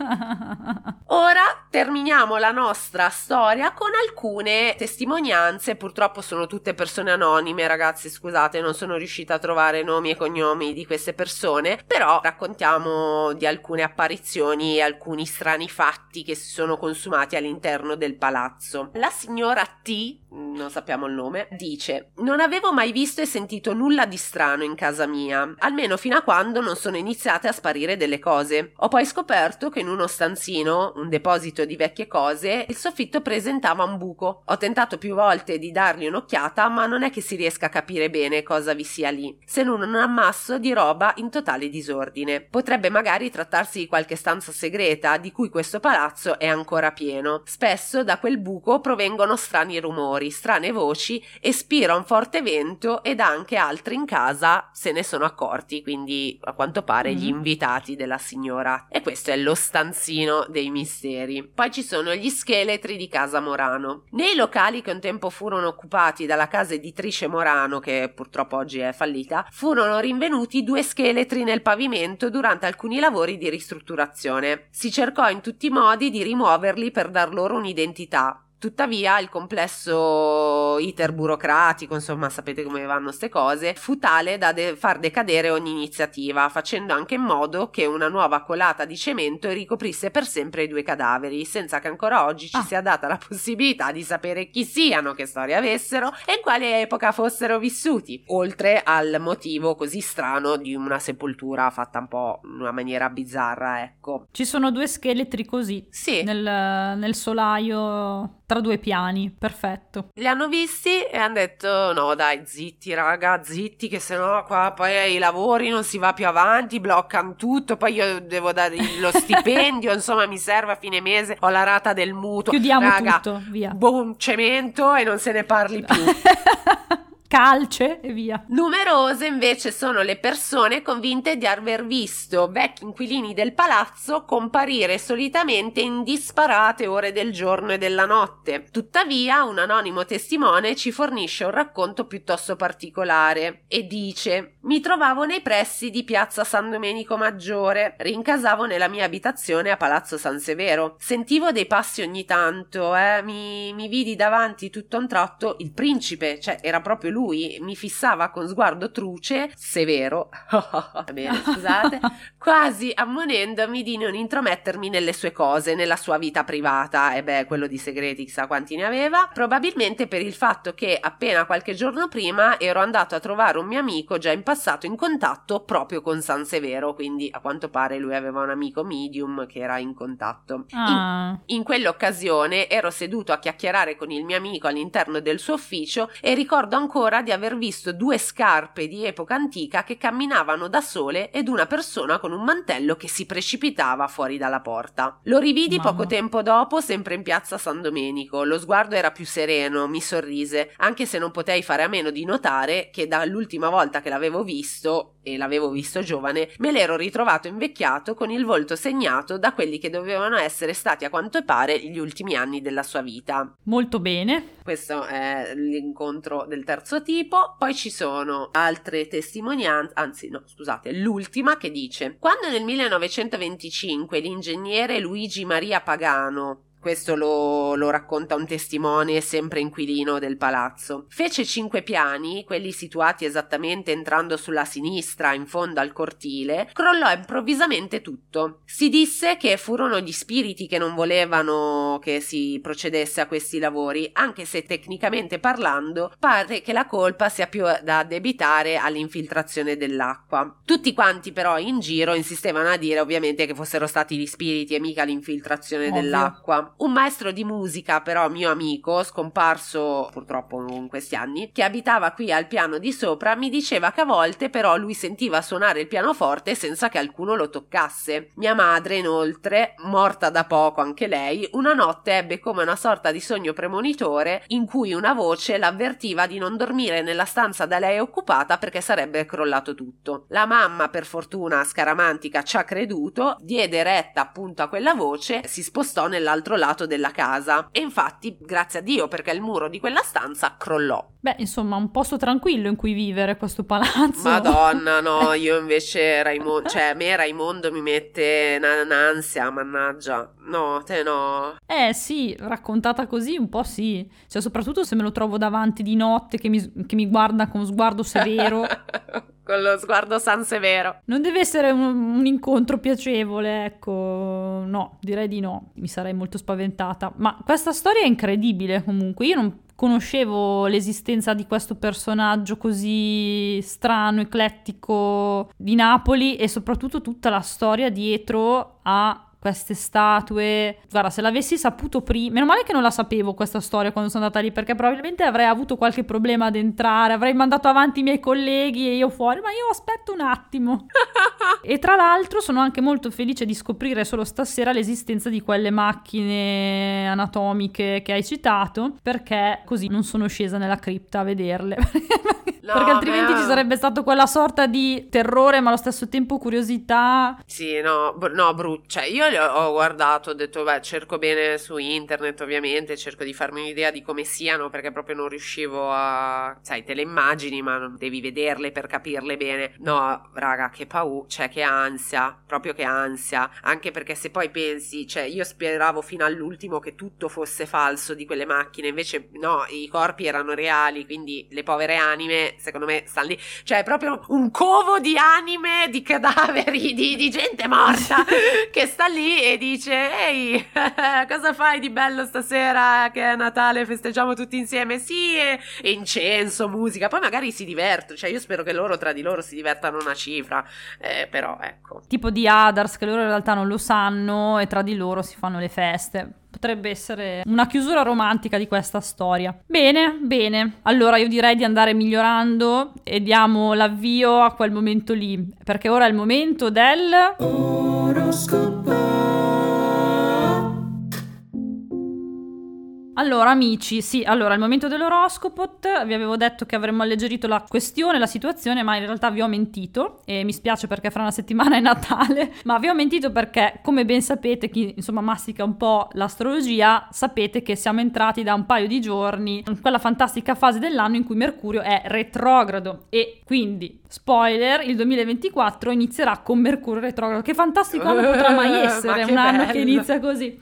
S1: Ora terminiamo la nostra storia con alcune testimonianze, purtroppo sono tutte persone anonime, ragazzi, scusate, non sono riuscita a trovare nomi e cognomi di queste persone, però raccontiamo di alcune apparizioni e alcuni strani fatti che si sono consumati all'interno del palazzo. La signora T, non sappiamo il nome, dice: non avevo mai visto e sentito nulla di strano in casa mia, almeno fino a quando non sono iniziate a sparire delle cose. Ho poi scoperto che in uno stanzino, un deposito di vecchie cose, il soffitto presentava un buco. Ho tentato più volte di dargli un'occhiata, ma non è che si riesca a capire bene cosa vi sia lì, se non un ammasso di roba in totale disordine. Potrebbe magari trattarsi di qualche stanza segreta di cui questo palazzo è ancora pieno. Spesso da quel buco provengono strani rumori, strane voci e spira un forte vento, ed anche altri in casa se ne sono accorti, quindi a quanto pare gli invitati della signora. E questo è lo stanzino dei misteri. Poi ci sono gli scheletri di casa Morano. Nei locali che un tempo furono occupati dalla casa editrice Morano, che purtroppo oggi è fallita, furono rinvenuti due scheletri nel pavimento durante alcuni lavori di ristrutturazione. Si cercò in tutti i modi di rimuoverli per dar loro un'identità. Tuttavia il complesso iter burocratico, insomma sapete come vanno ste cose, fu tale da de- far decadere ogni iniziativa, facendo anche in modo che una nuova colata di cemento ricoprisse per sempre i due cadaveri, senza che ancora oggi ci ah. sia data la possibilità di sapere chi siano, che storia avessero e in quale epoca fossero vissuti, oltre al motivo così strano di una sepoltura fatta un po' in una maniera bizzarra, ecco.
S2: Ci sono due scheletri così,
S1: sì.
S2: nel, nel solaio tra due piani, perfetto.
S1: Li hanno visti e hanno detto no dai zitti raga, zitti che sennò qua poi ai lavori non si va più avanti, bloccano tutto, poi io devo dare lo stipendio, insomma mi serve a fine mese, ho la rata del mutuo,
S2: chiudiamo
S1: raga,
S2: tutto, via.
S1: Buon cemento e non se ne parli più.
S2: Calce e via.
S1: Numerose invece sono le persone convinte di aver visto vecchi inquilini del palazzo comparire solitamente in disparate ore del giorno e della notte. Tuttavia, un anonimo testimone ci fornisce un racconto piuttosto particolare e dice: mi trovavo nei pressi di piazza San Domenico Maggiore, rincasavo nella mia abitazione a Palazzo San Severo. Sentivo dei passi ogni tanto, eh, mi, mi vidi davanti tutto a un tratto il principe, cioè era proprio lui. Lui mi fissava con sguardo truce, severo, bene, scusate, quasi ammonendomi di non intromettermi nelle sue cose, nella sua vita privata. E beh, quello di segreti chissà quanti ne aveva, probabilmente per il fatto che appena qualche giorno prima ero andato a trovare un mio amico già in passato in contatto proprio con San Severo, quindi a quanto pare lui aveva un amico medium che era in contatto.
S2: Ah.
S1: In, in quell'occasione ero seduto a chiacchierare con il mio amico all'interno del suo ufficio e ricordo ancora di aver visto due scarpe di epoca antica che camminavano da sole ed una persona con un mantello che si precipitava fuori dalla porta. Lo rividi
S2: Mamma.
S1: poco tempo dopo, sempre in piazza San Domenico. Lo sguardo era più sereno, mi sorrise, anche se non potei fare a meno di notare che dall'ultima volta che l'avevo visto, e l'avevo visto giovane, me l'ero ritrovato invecchiato con il volto segnato da quelli che dovevano essere stati a quanto pare gli ultimi anni della sua vita.
S2: Molto bene.
S1: Questo è l'incontro del terzo tipo. Poi ci sono altre testimonianze, anzi no scusate, l'ultima che dice: quando nel millenovecentoventicinque l'ingegnere Luigi Maria Pagano, questo lo, lo racconta un testimone sempre inquilino del palazzo, fece cinque piani, quelli situati esattamente entrando sulla sinistra in fondo al cortile, crollò improvvisamente tutto. Si disse che furono gli spiriti che non volevano che si procedesse a questi lavori, anche se tecnicamente parlando pare che la colpa sia più da addebitare all'infiltrazione dell'acqua. Tutti quanti però in giro insistevano a dire ovviamente che fossero stati gli spiriti e mica l'infiltrazione
S2: Ovvio.
S1: dell'acqua. Un maestro di musica, però mio amico, scomparso purtroppo in questi anni, che abitava qui al piano di sopra, mi diceva che a volte però lui sentiva suonare il pianoforte senza che alcuno lo toccasse. Mia madre, inoltre, morta da poco anche lei, una notte ebbe come una sorta di sogno premonitore in cui una voce l'avvertiva di non dormire nella stanza da lei occupata perché sarebbe crollato tutto. La mamma, per fortuna scaramantica, ci ha creduto, diede retta appunto a quella voce, si spostò nell'altro lato della casa e infatti grazie a Dio perché il muro di quella stanza crollò.
S2: Beh, insomma, un posto tranquillo in cui vivere questo palazzo.
S1: Madonna, no, io invece Raimondo, cioè a me Raimondo mi mette un'ansia, mannaggia. No, te no.
S2: Eh sì, raccontata così un po' sì. Cioè, soprattutto se me lo trovo davanti di notte che mi, che mi guarda con sguardo severo.
S1: Con lo sguardo San Severo.
S2: Non deve essere un, un incontro piacevole, ecco. No, direi di no. Mi sarei molto spaventata. Ma questa storia è incredibile comunque. Io non conoscevo l'esistenza di questo personaggio così strano, eclettico di Napoli e soprattutto tutta la storia dietro a queste statue. Guarda, se l'avessi saputo prima, meno male che non la sapevo questa storia quando sono andata lì, perché probabilmente avrei avuto qualche problema ad entrare, avrei mandato avanti i miei colleghi e io fuori, ma io aspetto un attimo. E tra l'altro sono anche molto felice di scoprire solo stasera l'esistenza di quelle macchine anatomiche che hai citato, perché così non sono scesa nella cripta a vederle. No, perché altrimenti ci sarebbe stato quella sorta di terrore ma allo stesso tempo curiosità.
S1: Sì, no, br- no, brutto. Cioè, io le ho, ho guardato, ho detto, beh, cerco bene su internet, ovviamente, cerco di farmi un'idea di come siano, perché proprio non riuscivo a... Sai, te le immagini, ma non devi vederle per capirle bene. No, raga, che paura, cioè, che ansia, proprio che ansia. Anche perché se poi pensi, cioè, io speravo fino all'ultimo che tutto fosse falso di quelle macchine, invece no, i corpi erano reali, quindi le povere anime secondo me stanno lì, cioè è proprio un covo di anime, di cadaveri, di, di gente morta che sta lì e dice: ehi, cosa fai di bello stasera che è Natale, festeggiamo tutti insieme? Sì, e, e incenso, musica, poi magari si divertono, cioè io spero che loro tra di loro si divertano una cifra, eh, eh, però ecco.
S2: Tipo di Adars, che loro in realtà non lo sanno e tra di loro si fanno le feste. Potrebbe essere una chiusura romantica di questa storia. Bene, bene. Allora io direi di andare migliorando e diamo l'avvio a quel momento lì, perché ora è il momento del oroscopo. Allora amici, sì, allora il momento dell'oroscopo, vi avevo detto che avremmo alleggerito la questione, la situazione, ma in realtà vi ho mentito e mi spiace perché fra una settimana è Natale, ma vi ho mentito perché, come ben sapete, chi insomma mastica un po' l'astrologia, sapete che siamo entrati da un paio di giorni in quella fantastica fase dell'anno in cui Mercurio è retrogrado e quindi, spoiler, il duemilaventiquattro inizierà con Mercurio retrogrado. Che fantastico anno potrà mai essere, un anno che inizia così.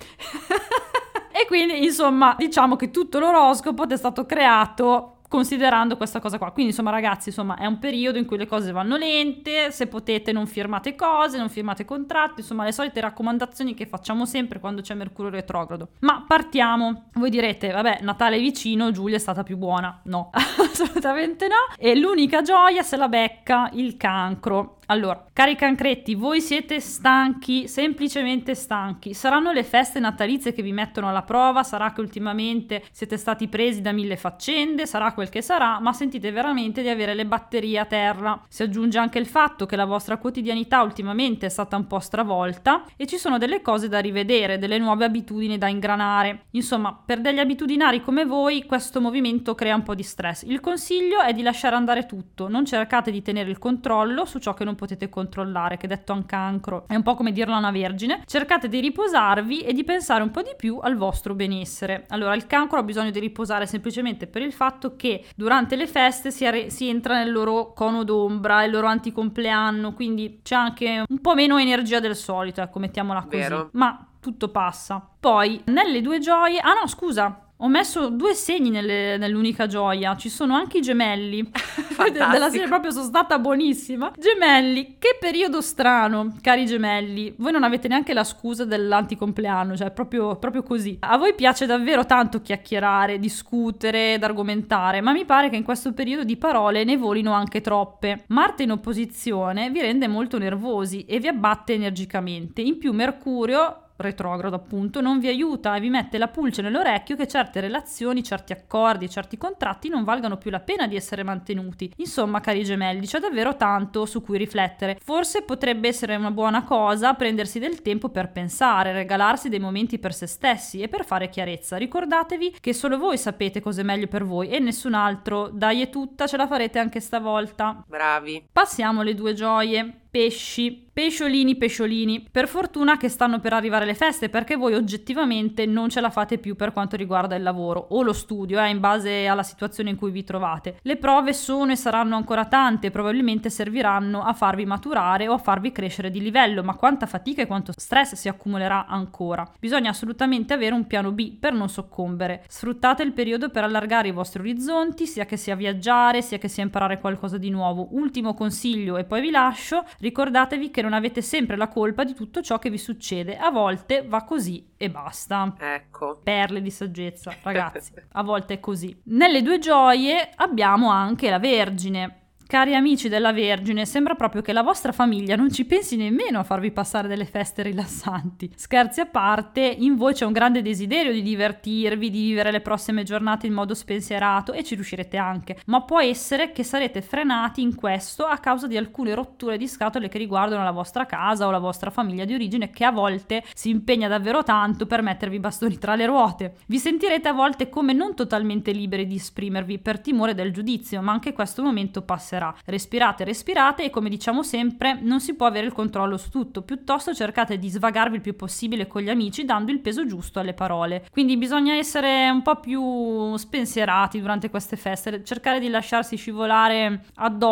S2: E quindi, insomma, diciamo che tutto l'oroscopo è stato creato considerando questa cosa qua. Quindi, insomma, ragazzi, insomma, è un periodo in cui le cose vanno lente, se potete non firmate cose, non firmate contratti, insomma, le solite raccomandazioni che facciamo sempre quando c'è Mercurio retrogrado. Ma partiamo. Voi direte, vabbè, Natale è vicino, Giulia è stata più buona. No, assolutamente no. E l'unica gioia se la becca il Cancro. Allora, cari cancretti, voi siete stanchi, semplicemente stanchi. Saranno le feste natalizie che vi mettono alla prova, sarà che ultimamente siete stati presi da mille faccende, sarà quel che sarà, ma sentite veramente di avere le batterie a terra. Si aggiunge anche il fatto che la vostra quotidianità ultimamente è stata un po' stravolta e ci sono delle cose da rivedere, delle nuove abitudini da ingranare. Insomma, per degli abitudinari come voi, questo movimento crea un po' di stress. Il consiglio è di lasciare andare tutto, non cercate di tenere il controllo su ciò che non potete controllare, che detto un cancro è un po' come dirlo a una vergine. Cercate di riposarvi e di pensare un po' di più al vostro benessere. Allora, il cancro ha bisogno di riposare semplicemente per il fatto che durante le feste si, are- si entra nel loro cono d'ombra, il loro anticompleanno, quindi c'è anche un po' meno energia del solito, ecco, mettiamola così. Vero. Ma tutto passa. Poi, nelle due gioie... Ah no, scusa! Ho messo due segni nelle, nell'unica gioia, ci sono anche i gemelli. Della serie proprio sono stata buonissima. Gemelli, che periodo strano, cari gemelli. Voi non avete neanche la scusa dell'anticompleanno, cioè proprio, proprio così. A voi piace davvero tanto chiacchierare, discutere ed argomentare, ma mi pare che in questo periodo di parole ne volino anche troppe. Marte in opposizione vi rende molto nervosi e vi abbatte energicamente. In più Mercurio retrogrado appunto non vi aiuta e vi mette la pulce nell'orecchio che certe relazioni, certi accordi, certi contratti non valgano più la pena di essere mantenuti. Insomma, cari gemelli, c'è davvero tanto su cui riflettere. Forse potrebbe essere una buona cosa prendersi del tempo per pensare, regalarsi dei momenti per se stessi e per fare chiarezza. Ricordatevi che solo voi sapete cos'è meglio per voi e nessun altro. Dai è tutta, ce la farete anche stavolta.
S1: Bravi.
S2: Passiamo alle due gioie. Pesci, pesciolini, pesciolini. Per fortuna che stanno per arrivare le feste, perché voi oggettivamente non ce la fate più per quanto riguarda il lavoro o lo studio, eh, in base alla situazione in cui vi trovate. Le prove sono e saranno ancora tante e probabilmente serviranno a farvi maturare o a farvi crescere di livello, ma quanta fatica e quanto stress si accumulerà ancora. Bisogna assolutamente avere un piano B per non soccombere. Sfruttate il periodo per allargare i vostri orizzonti, sia che sia viaggiare, sia che sia imparare qualcosa di nuovo. Ultimo consiglio e poi vi lascio. Ricordatevi che non avete sempre la colpa di tutto ciò che vi succede, a volte va così e basta.
S1: Ecco.
S2: Perle di saggezza, ragazzi, a volte è così. Nelle due gioie abbiamo anche la Vergine. Cari amici della Vergine, sembra proprio che la vostra famiglia non ci pensi nemmeno a farvi passare delle feste rilassanti. Scherzi a parte, in voi c'è un grande desiderio di divertirvi, di vivere le prossime giornate in modo spensierato e ci riuscirete anche, ma può essere che sarete frenati in questo a causa di alcune rotture di scatole che riguardano la vostra casa o la vostra famiglia di origine, che a volte si impegna davvero tanto per mettervi i bastoni tra le ruote. Vi sentirete a volte come non totalmente liberi di esprimervi per timore del giudizio, ma anche questo momento passerà. Respirate, respirate e, come diciamo sempre, non si può avere il controllo su tutto, piuttosto cercate di svagarvi il più possibile con gli amici dando il peso giusto alle parole. Quindi bisogna essere un po' più spensierati durante queste feste, cercare di lasciarsi scivolare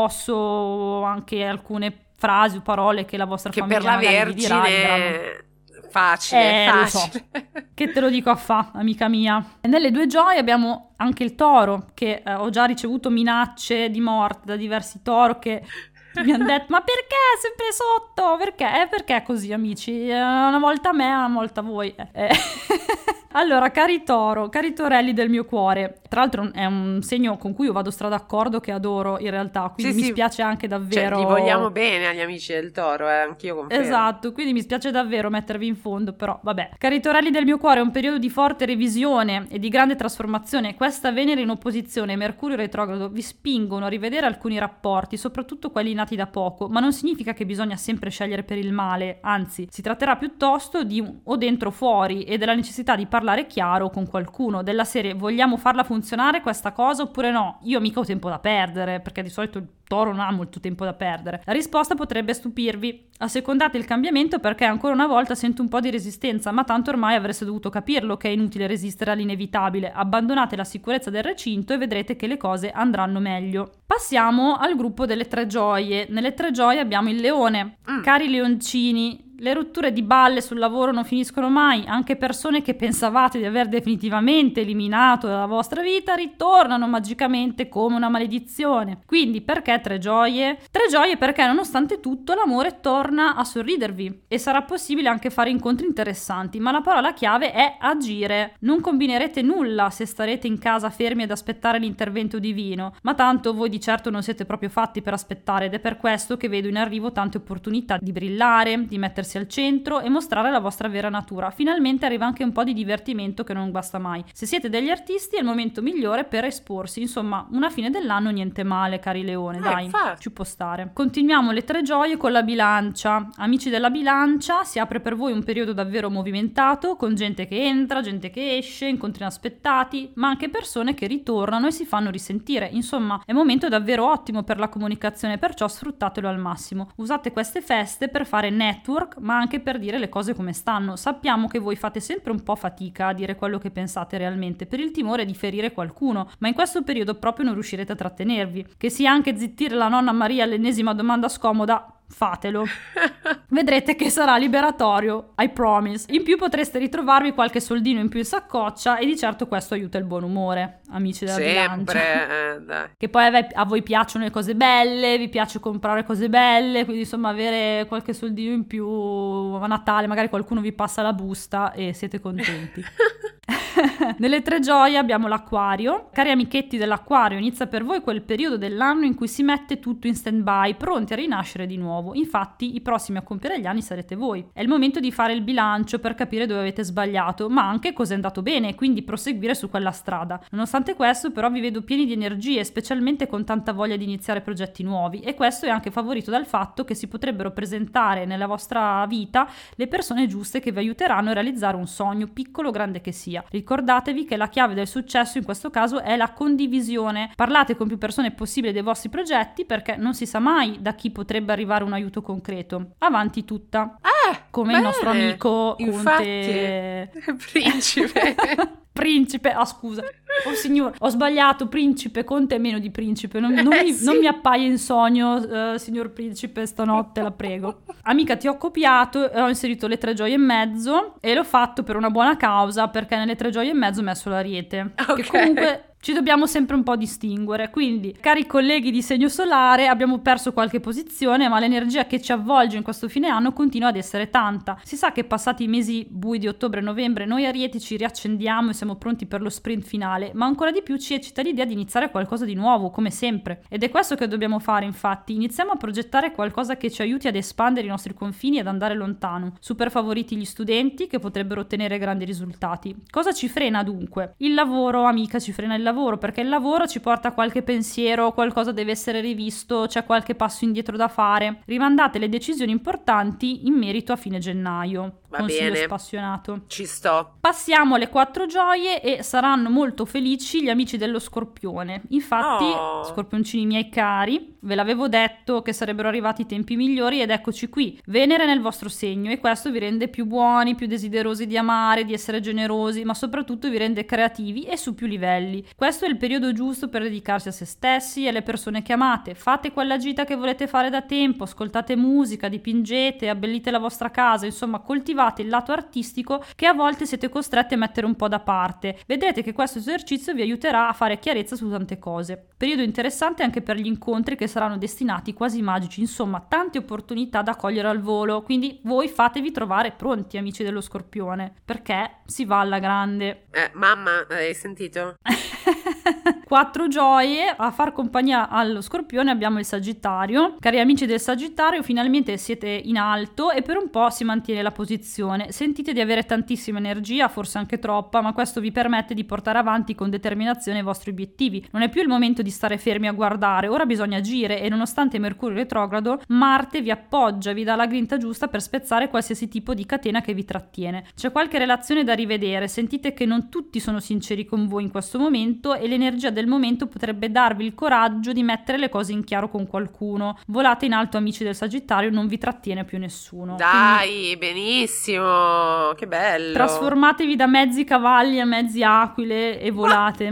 S2: addosso anche alcune frasi o parole che la vostra
S1: che
S2: famiglia
S1: per la
S2: magari vi dirà.
S1: Vergine... Facile,
S2: eh,
S1: facile.
S2: Lo so. Che te lo dico a fa, amica mia. E nelle due gioie abbiamo anche il Toro, che eh, ho già ricevuto minacce di morte da diversi Toro che tutti mi hanno detto ma perché è sempre sotto? Perché? Eh, perché è così, amici, eh, una volta me, una volta voi. Eh. Allora, cari Toro, cari torelli del mio cuore, tra l'altro è un segno con cui io vado stra d'accordo, che adoro in realtà, quindi
S1: Sì,
S2: mi
S1: sì.
S2: spiace anche davvero.
S1: Cioè, li vogliamo bene agli amici del Toro, eh, anch'io confermo.
S2: Esatto, quindi mi spiace davvero mettervi in fondo, però vabbè. Cari torelli del mio cuore, è un periodo di forte revisione e di grande trasformazione. Questa Venere in opposizione e Mercurio retrogrado vi spingono a rivedere alcuni rapporti, soprattutto quelli nati da poco, ma non significa che bisogna sempre scegliere per il male, anzi, si tratterà piuttosto di un o dentro o fuori e della necessità di parlare chiaro con qualcuno, della serie vogliamo farla funzionare questa cosa oppure no? Io mica ho tempo da perdere, perché di solito il Toro non ha molto tempo da perdere. La risposta potrebbe stupirvi. Assecondate il cambiamento perché ancora una volta sento un po' di resistenza, ma tanto ormai avreste dovuto capirlo che è inutile resistere all'inevitabile. Abbandonate la sicurezza del recinto e vedrete che le cose andranno meglio. Passiamo al gruppo delle tre gioie. Nelle tre gioie abbiamo il leone. Mm. Cari leoncini, le rotture di balle sul lavoro non finiscono mai, anche persone che pensavate di aver definitivamente eliminato dalla vostra vita ritornano magicamente come una maledizione. Quindi perché tre gioie? Tre gioie perché nonostante tutto l'amore torna a sorridervi e sarà possibile anche fare incontri interessanti, ma la parola chiave è agire. Non combinerete nulla se starete in casa fermi ad aspettare l'intervento divino, ma tanto voi di certo non siete proprio fatti per aspettare ed è per questo che vedo in arrivo tante opportunità di brillare, di mettersi al centro e mostrare la vostra vera natura. Finalmente arriva anche un po' di divertimento che non guasta mai. Se siete degli artisti è il momento migliore per esporsi. Insomma, una fine dell'anno niente male, cari leone, eh, dai, infatti. Ci può stare. Continuiamo le tre gioie con la bilancia. Amici della bilancia, si apre per voi un periodo davvero movimentato, con gente che entra, gente che esce, incontri inaspettati, ma anche persone che ritornano e si fanno risentire. Insomma, è un momento davvero ottimo per la comunicazione, perciò sfruttatelo al massimo. Usate queste feste per fare network, ma anche per dire le cose come stanno. Sappiamo che voi fate sempre un po' fatica a dire quello che pensate realmente per il timore di ferire qualcuno, ma in questo periodo proprio non riuscirete a trattenervi. Che sia anche zittire la nonna Maria all'ennesima domanda scomoda, fatelo. Vedrete che sarà liberatorio, I promise. In più potreste ritrovarvi qualche soldino in più in saccoccia e di certo questo aiuta il buon umore, amici della
S1: sempre,
S2: bilancia.
S1: Eh, dai.
S2: Che poi a, a voi piacciono le cose belle, vi piace comprare cose belle, quindi insomma avere qualche soldino in più a Natale, magari qualcuno vi passa la busta e siete contenti. Nelle tre gioie abbiamo l'acquario. Cari amichetti dell'acquario, inizia per voi quel periodo dell'anno in cui si mette tutto in stand-by, pronti a rinascere di nuovo. Infatti i prossimi a compiere gli anni sarete voi. È il momento di fare il bilancio per capire dove avete sbagliato, ma anche cosa è andato bene e quindi proseguire su quella strada. Nonostante questo però vi vedo pieni di energie, specialmente con tanta voglia di iniziare progetti nuovi, e questo è anche favorito dal fatto che si potrebbero presentare nella vostra vita le persone giuste che vi aiuteranno a realizzare un sogno, piccolo o grande che sia. Ricordatevi che la chiave del successo in questo caso è la condivisione. Parlate con più persone possibile dei vostri progetti perché non si sa mai da chi potrebbe arrivare un aiuto concreto. Avanti tutta.
S1: Ah,
S2: come
S1: bene.
S2: Il nostro amico
S1: Infatti,
S2: Conte
S1: principe.
S2: Principe, ah scusa, oh signore, ho sbagliato, principe, Conte è meno di principe, non, non, eh, mi, sì. non mi appaia in sogno, uh, signor principe, stanotte, la prego. Amica, ti ho copiato e ho inserito le tre gioie e mezzo e l'ho fatto per una buona causa, perché nelle tre gioie e mezzo ho messo l'Ariete, okay. Che comunque ci dobbiamo sempre un po' distinguere. Quindi, cari colleghi di segno solare, abbiamo perso qualche posizione, ma l'energia che ci avvolge in questo fine anno continua ad essere tanta. Si sa che passati i mesi bui di ottobre e novembre noi Arieti ci riaccendiamo e siamo pronti per lo sprint finale, ma ancora di più ci eccita l'idea di iniziare qualcosa di nuovo, come sempre. Ed è questo che dobbiamo fare, infatti. Iniziamo a progettare qualcosa che ci aiuti ad espandere i nostri confini e ad andare lontano. Super favoriti gli studenti, che potrebbero ottenere grandi risultati. Cosa ci frena dunque? Il lavoro, amica, ci frena il lavoro, perché il lavoro ci porta a qualche pensiero, qualcosa deve essere rivisto, c'è qualche passo indietro da fare. Rimandate le decisioni importanti in merito a fine gennaio.
S1: Va
S2: Consiglio
S1: bene.
S2: Spassionato.
S1: Ci sto.
S2: Passiamo alle quattro gioie e saranno molto felici gli amici dello Scorpione. Infatti,
S1: oh.
S2: scorpioncini miei cari, ve l'avevo detto che sarebbero arrivati i tempi migliori ed eccoci qui. Venere nel vostro segno e questo vi rende più buoni, più desiderosi di amare, di essere generosi, ma soprattutto vi rende creativi e su più livelli. Questo è il periodo giusto per dedicarsi a se stessi e alle persone che amate. Fate quella gita che volete fare da tempo, ascoltate musica, dipingete, abbellite la vostra casa, insomma coltivate coltivate il lato artistico che a volte siete costretti a mettere un po' da parte. Vedrete che questo esercizio vi aiuterà a fare chiarezza su tante cose. Periodo interessante anche per gli incontri che saranno destinati quasi magici, insomma tante opportunità da cogliere al volo, quindi voi fatevi trovare pronti, amici dello Scorpione, perché si va alla grande.
S1: Eh, mamma, hai sentito?
S2: Quattro gioie. A far compagnia allo Scorpione abbiamo il Sagittario. Cari amici del Sagittario, finalmente siete in alto e per un po' si mantiene la posizione. Sentite di avere tantissima energia, forse anche troppa, ma questo vi permette di portare avanti con determinazione i vostri obiettivi. Non è più il momento di stare fermi a guardare, ora bisogna agire e nonostante Mercurio retrogrado, Marte vi appoggia, vi dà la grinta giusta per spezzare qualsiasi tipo di catena che vi trattiene. C'è qualche relazione da rivedere, sentite che non tutti sono sinceri con voi in questo momento e l'energia del momento potrebbe darvi il coraggio di mettere le cose in chiaro con qualcuno. Volate in alto, amici del Sagittario, non vi trattiene più nessuno.
S1: Dai, quindi benissimo, che bello.
S2: Trasformatevi da mezzi cavalli a mezzi aquile e volate.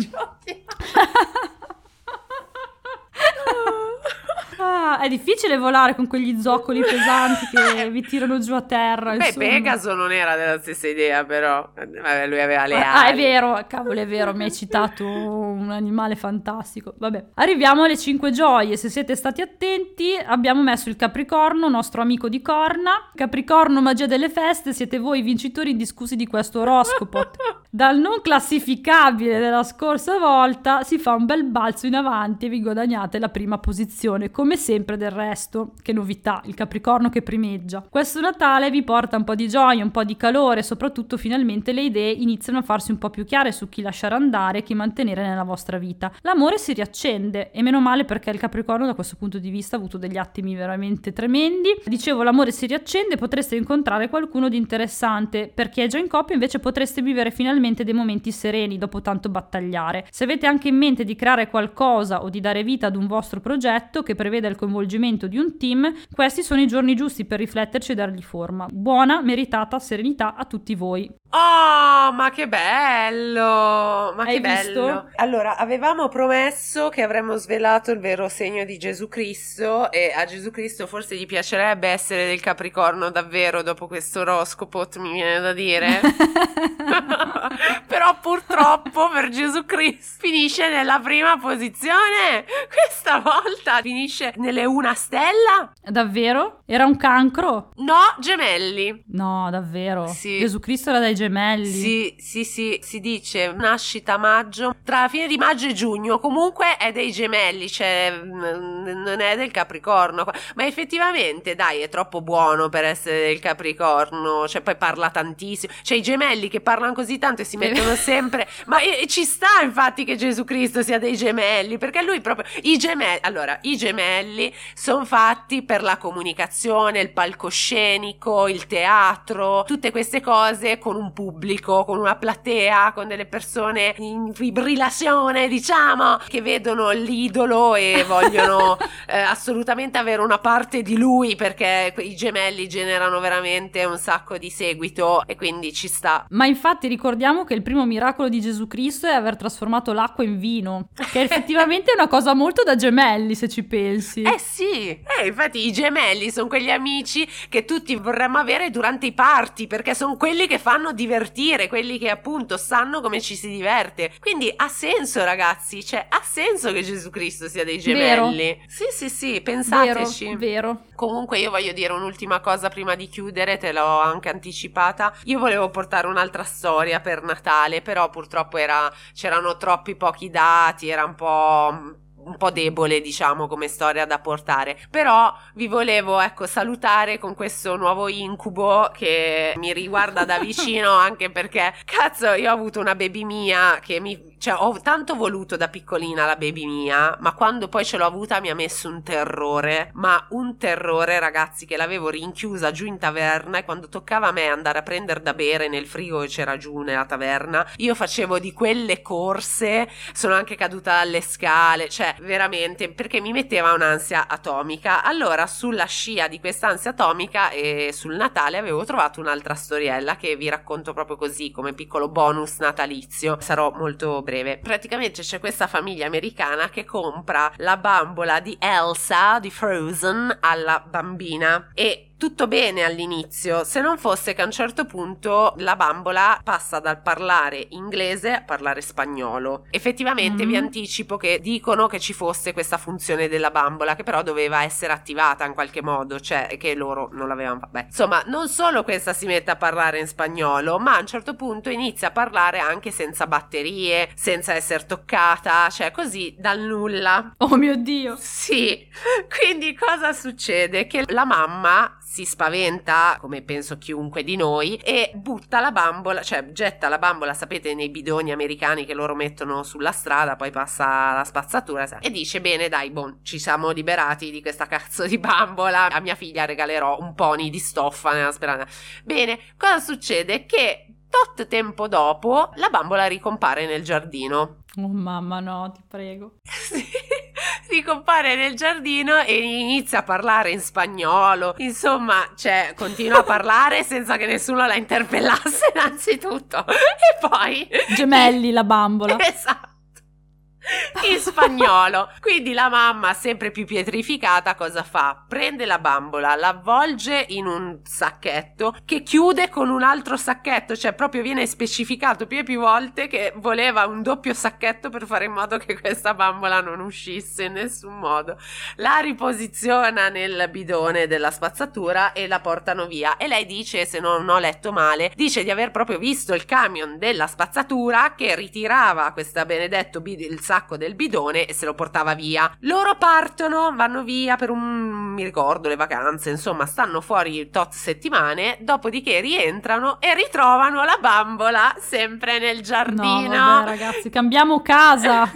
S2: Ah, è difficile volare con quegli zoccoli pesanti che vi tirano giù a terra.
S1: Beh,
S2: insomma.
S1: Pegaso non era della stessa idea, però. Vabbè, lui aveva le ali.
S2: Ah, è vero, cavolo, è vero, mi hai citato un animale fantastico. Vabbè, arriviamo alle cinque gioie. Se siete stati attenti, abbiamo messo il Capricorno, nostro amico di corna. Capricorno, magia delle feste, siete voi i vincitori indiscussi di questo oroscopo. Dal non classificabile della scorsa volta si fa un bel balzo in avanti e vi guadagnate la prima posizione, come sempre del resto. Che novità, il Capricorno che primeggia. Questo Natale vi porta un po' di gioia, un po' di calore, soprattutto finalmente le idee iniziano a farsi un po' più chiare su chi lasciare andare e chi mantenere nella vostra vita. L'amore si riaccende e meno male, perché il Capricorno da questo punto di vista ha avuto degli attimi veramente tremendi. Dicevo, l'amore si riaccende, potreste incontrare qualcuno di interessante. Per chi è già in coppia invece potreste vivere finalmente dei momenti sereni dopo tanto battagliare. Se avete anche in mente di creare qualcosa o di dare vita ad un vostro progetto che preveda il coinvolgimento di un team, questi sono i giorni giusti per rifletterci e dargli forma. Buona, meritata serenità a tutti voi.
S1: Oh, ma che bello! Ma
S2: Hai
S1: che bello!
S2: visto?
S1: Allora, avevamo promesso che avremmo svelato il vero segno di Gesù Cristo e a Gesù Cristo forse gli piacerebbe essere del Capricorno davvero dopo questo oroscopo, mi viene da dire. Però purtroppo per Gesù Cristo finisce nella prima posizione. Questa volta finisce nelle una stella.
S2: Davvero? Era un cancro?
S1: No, Gemelli.
S2: No, davvero?
S1: Sì.
S2: Gesù Cristo era dai gemelli?
S1: Sì, sì, sì, si dice nascita a maggio, tra la fine di maggio e giugno, comunque è dei gemelli, cioè non è del Capricorno, ma effettivamente dai, è troppo buono per essere del Capricorno, cioè poi parla tantissimo, cioè i gemelli che parlano così tanto e si mettono sempre, ma e, ci sta infatti che Gesù Cristo sia dei gemelli, perché lui proprio, i gemelli, allora, i gemelli sono fatti per la comunicazione, il palcoscenico, il teatro, tutte queste cose con un pubblico, con una platea, con delle persone in fibrillazione, diciamo, che vedono l'idolo e vogliono eh, assolutamente avere una parte di lui, perché i gemelli generano veramente un sacco di seguito e quindi ci sta.
S2: Ma infatti ricordiamo che il primo miracolo di Gesù Cristo è aver trasformato l'acqua in vino, che effettivamente è una cosa molto da gemelli se ci pensi.
S1: Eh sì, eh, infatti i gemelli sono quegli amici che tutti vorremmo avere durante i party, perché sono quelli che fanno divertire, quelli che appunto sanno come ci si diverte, quindi ha senso ragazzi, cioè ha senso che Gesù Cristo sia dei gemelli. Vero. Sì sì sì, pensateci.
S2: Vero, vero.
S1: Comunque io voglio dire un'ultima cosa prima di chiudere, te l'ho anche anticipata. Io volevo portare un'altra storia per Natale, però purtroppo era, c'erano troppi pochi dati, era un po' un po' debole, diciamo, come storia da portare, però vi volevo, ecco, salutare con questo nuovo incubo che mi riguarda da vicino, anche perché, cazzo, io ho avuto una baby mia che mi, cioè, ho tanto voluto da piccolina la baby mia, ma quando poi ce l'ho avuta mi ha messo un terrore, ma un terrore, ragazzi, che l'avevo rinchiusa giù in taverna e quando toccava a me andare a prendere da bere nel frigo che c'era giù nella taverna, io facevo di quelle corse, sono anche caduta dalle scale, cioè veramente, perché mi metteva un'ansia atomica. Allora, sulla scia di quest'ansia atomica e sul Natale avevo trovato un'altra storiella che vi racconto proprio così come piccolo bonus natalizio, sarò molto breve. Praticamente c'è questa famiglia americana che compra la bambola di Elsa di Frozen alla bambina e tutto bene all'inizio, se non fosse che a un certo punto la bambola passa dal parlare inglese a parlare spagnolo. Effettivamente mm-hmm. vi anticipo che dicono che ci fosse questa funzione della bambola, che però doveva essere attivata in qualche modo, cioè che loro non l'avevano fatto. Beh, insomma, non solo questa si mette a parlare in spagnolo, ma a un certo punto inizia a parlare anche senza batterie, senza essere toccata, cioè così dal nulla.
S2: Oh mio Dio!
S1: Sì, quindi cosa succede? Che la mamma si spaventa, come penso chiunque di noi, e butta la bambola, cioè getta la bambola, sapete, nei bidoni americani che loro mettono sulla strada, poi passa la spazzatura, e dice: bene, dai, bon, ci siamo liberati di questa cazzo di bambola, a mia figlia regalerò un pony di stoffa nella speranza. Bene, cosa succede? Che tot tempo dopo la bambola ricompare nel giardino.
S2: Oh mamma, no, ti prego.
S1: Sì, ricompare nel giardino e inizia a parlare in spagnolo, insomma, cioè continua a parlare senza che nessuno la interpellasse innanzitutto, e poi
S2: gemelli la bambola.
S1: Esatto, in spagnolo. Quindi la mamma, sempre più pietrificata, cosa fa? Prende la bambola, la avvolge in un sacchetto che chiude con un altro sacchetto, cioè proprio viene specificato più e più volte che voleva un doppio sacchetto per fare in modo che questa bambola non uscisse in nessun modo. La riposiziona nel bidone della spazzatura e la portano via, e lei dice, se non ho letto male, dice di aver proprio visto il camion della spazzatura che ritirava questo benedetto bid- il sacco del bidone e se lo portava via. Loro partono, vanno via per un, mi ricordo, le vacanze, insomma, stanno fuori tot settimane, dopodiché rientrano e ritrovano la bambola sempre nel giardino.
S2: No, vabbè, ragazzi, cambiamo casa.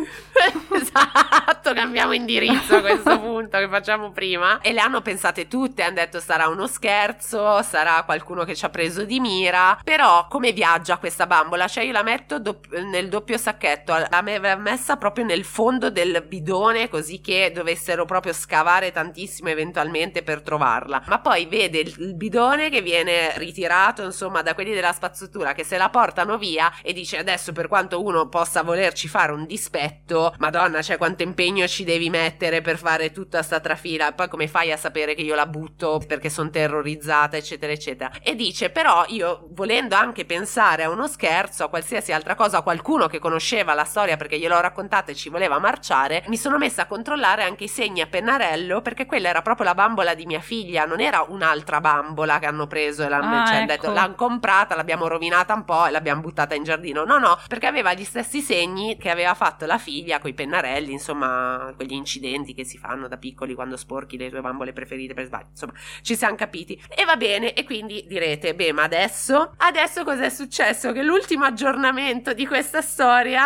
S1: Esatto, cambiamo indirizzo a questo punto, che facciamo prima. E le hanno pensate tutte, hanno detto sarà uno scherzo, sarà qualcuno che ci ha preso di mira. Però come viaggia questa bambola? Cioè io la metto do- nel doppio sacchetto, l'aveva messa proprio nel fondo del bidone, così che dovessero proprio scavare tantissimo eventualmente per trovarla. Ma poi vede il, il bidone che viene ritirato, insomma, da quelli della spazzatura, che se la portano via, e dice: adesso, per quanto uno possa volerci fare un dispetto, madonna, cioè quanto impegno ci devi mettere per fare tutta sta trafila, poi come fai a sapere che io la butto perché sono terrorizzata, eccetera eccetera. E dice: però io, volendo anche pensare a uno scherzo, a qualsiasi altra cosa, a qualcuno che conosceva la storia perché gliel'ho raccontata e ci voleva marciare, mi sono messa a controllare anche i segni a pennarello, perché quella era proprio la bambola di mia figlia, non era un'altra bambola che hanno preso e l'hanno,
S2: ah,
S1: cioè,
S2: ecco.
S1: detto, l'hanno comprata, l'abbiamo rovinata un po' e l'abbiamo buttata in giardino. No no, perché aveva gli stessi segni che aveva fatto la figlia coi pennarelli, insomma, quegli incidenti che si fanno da piccoli quando sporchi le tue bambole preferite per sbaglio, insomma, ci siamo capiti. E va bene, e quindi direte: beh, ma adesso adesso cos'è successo? Che l'ultimo aggiornamento di questa storia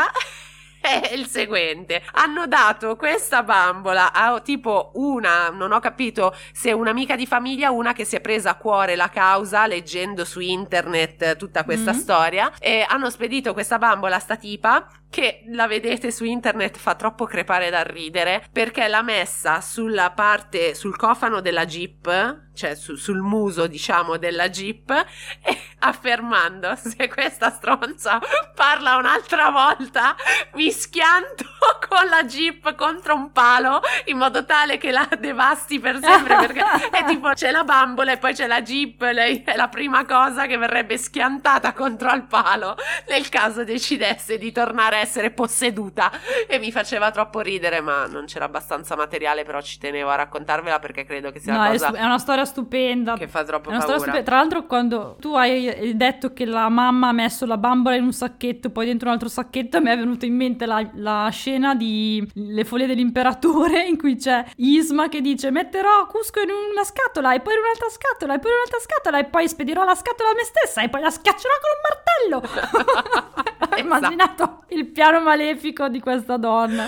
S1: è il seguente: hanno dato questa bambola a tipo una, non ho capito se un'amica di famiglia, una che si è presa a cuore la causa leggendo su internet tutta questa mm-hmm. storia, e hanno spedito questa bambola a sta tipa, che la vedete su internet, fa troppo crepare dal ridere, perché l'ha messa sulla parte, sul cofano della Jeep, cioè su, sul muso, diciamo, della Jeep, e affermando: se questa stronza parla un'altra volta mi schianto con la Jeep contro un palo in modo tale che la devasti per sempre, perché è tipo, c'è la bambola e poi c'è la Jeep, lei è la prima cosa che verrebbe schiantata contro al palo nel caso decidesse di tornare a essere posseduta. E mi faceva troppo ridere, ma non c'era abbastanza materiale, però ci tenevo a raccontarvela perché credo che sia
S2: no,
S1: una
S2: è,
S1: cosa
S2: stu- è una storia stupenda,
S1: che fa troppo
S2: è una
S1: paura.
S2: Storia stupenda. Tra l'altro, quando tu hai detto che la mamma ha messo la bambola in un sacchetto, poi dentro un altro sacchetto, mi è venuta in mente la, la scena di Le Follie dell'Imperatore, in cui c'è Isma che dice: metterò Cusco in una scatola e poi in un'altra scatola e poi in un'altra scatola e poi spedirò la scatola a me stessa e poi la schiaccerò con un martello. Ho immaginato il piano malefico di questa donna.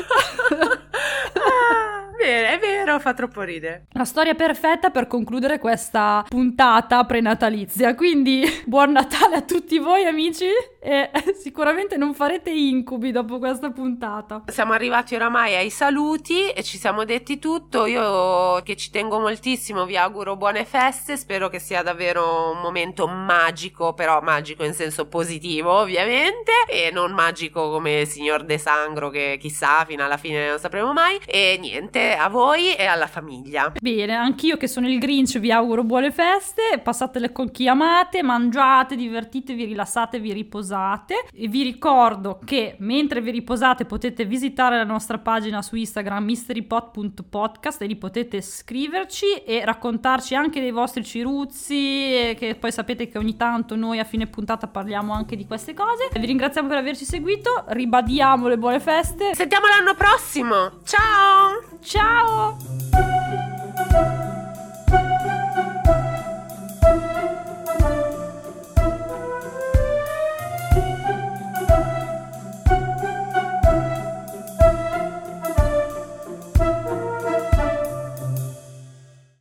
S1: È vero, fa troppo ridere.
S2: La storia perfetta per concludere questa puntata prenatalizia. Quindi buon Natale a tutti voi, amici, e sicuramente non farete incubi dopo questa puntata.
S1: Siamo arrivati oramai ai saluti e ci siamo detti tutto. Io, che ci tengo moltissimo, vi auguro buone feste. Spero che sia davvero un momento magico, però magico in senso positivo ovviamente, e non magico come il signor De Sangro, che chissà, fino alla fine non sapremo mai. E niente, feste a voi e alla famiglia.
S2: Bene, anch'io che sono il Grinch vi auguro buone feste, passatele con chi amate, mangiate, divertitevi, rilassatevi, riposate, e vi ricordo che mentre vi riposate potete visitare la nostra pagina su Instagram mysterypod punto podcast e lì potete scriverci e raccontarci anche dei vostri ciruzzi, che poi sapete che ogni tanto noi a fine puntata parliamo anche di queste cose. Vi ringraziamo per averci seguito, ribadiamo le buone feste.
S1: Sentiamo l'anno prossimo. Ciao!
S2: Ciao!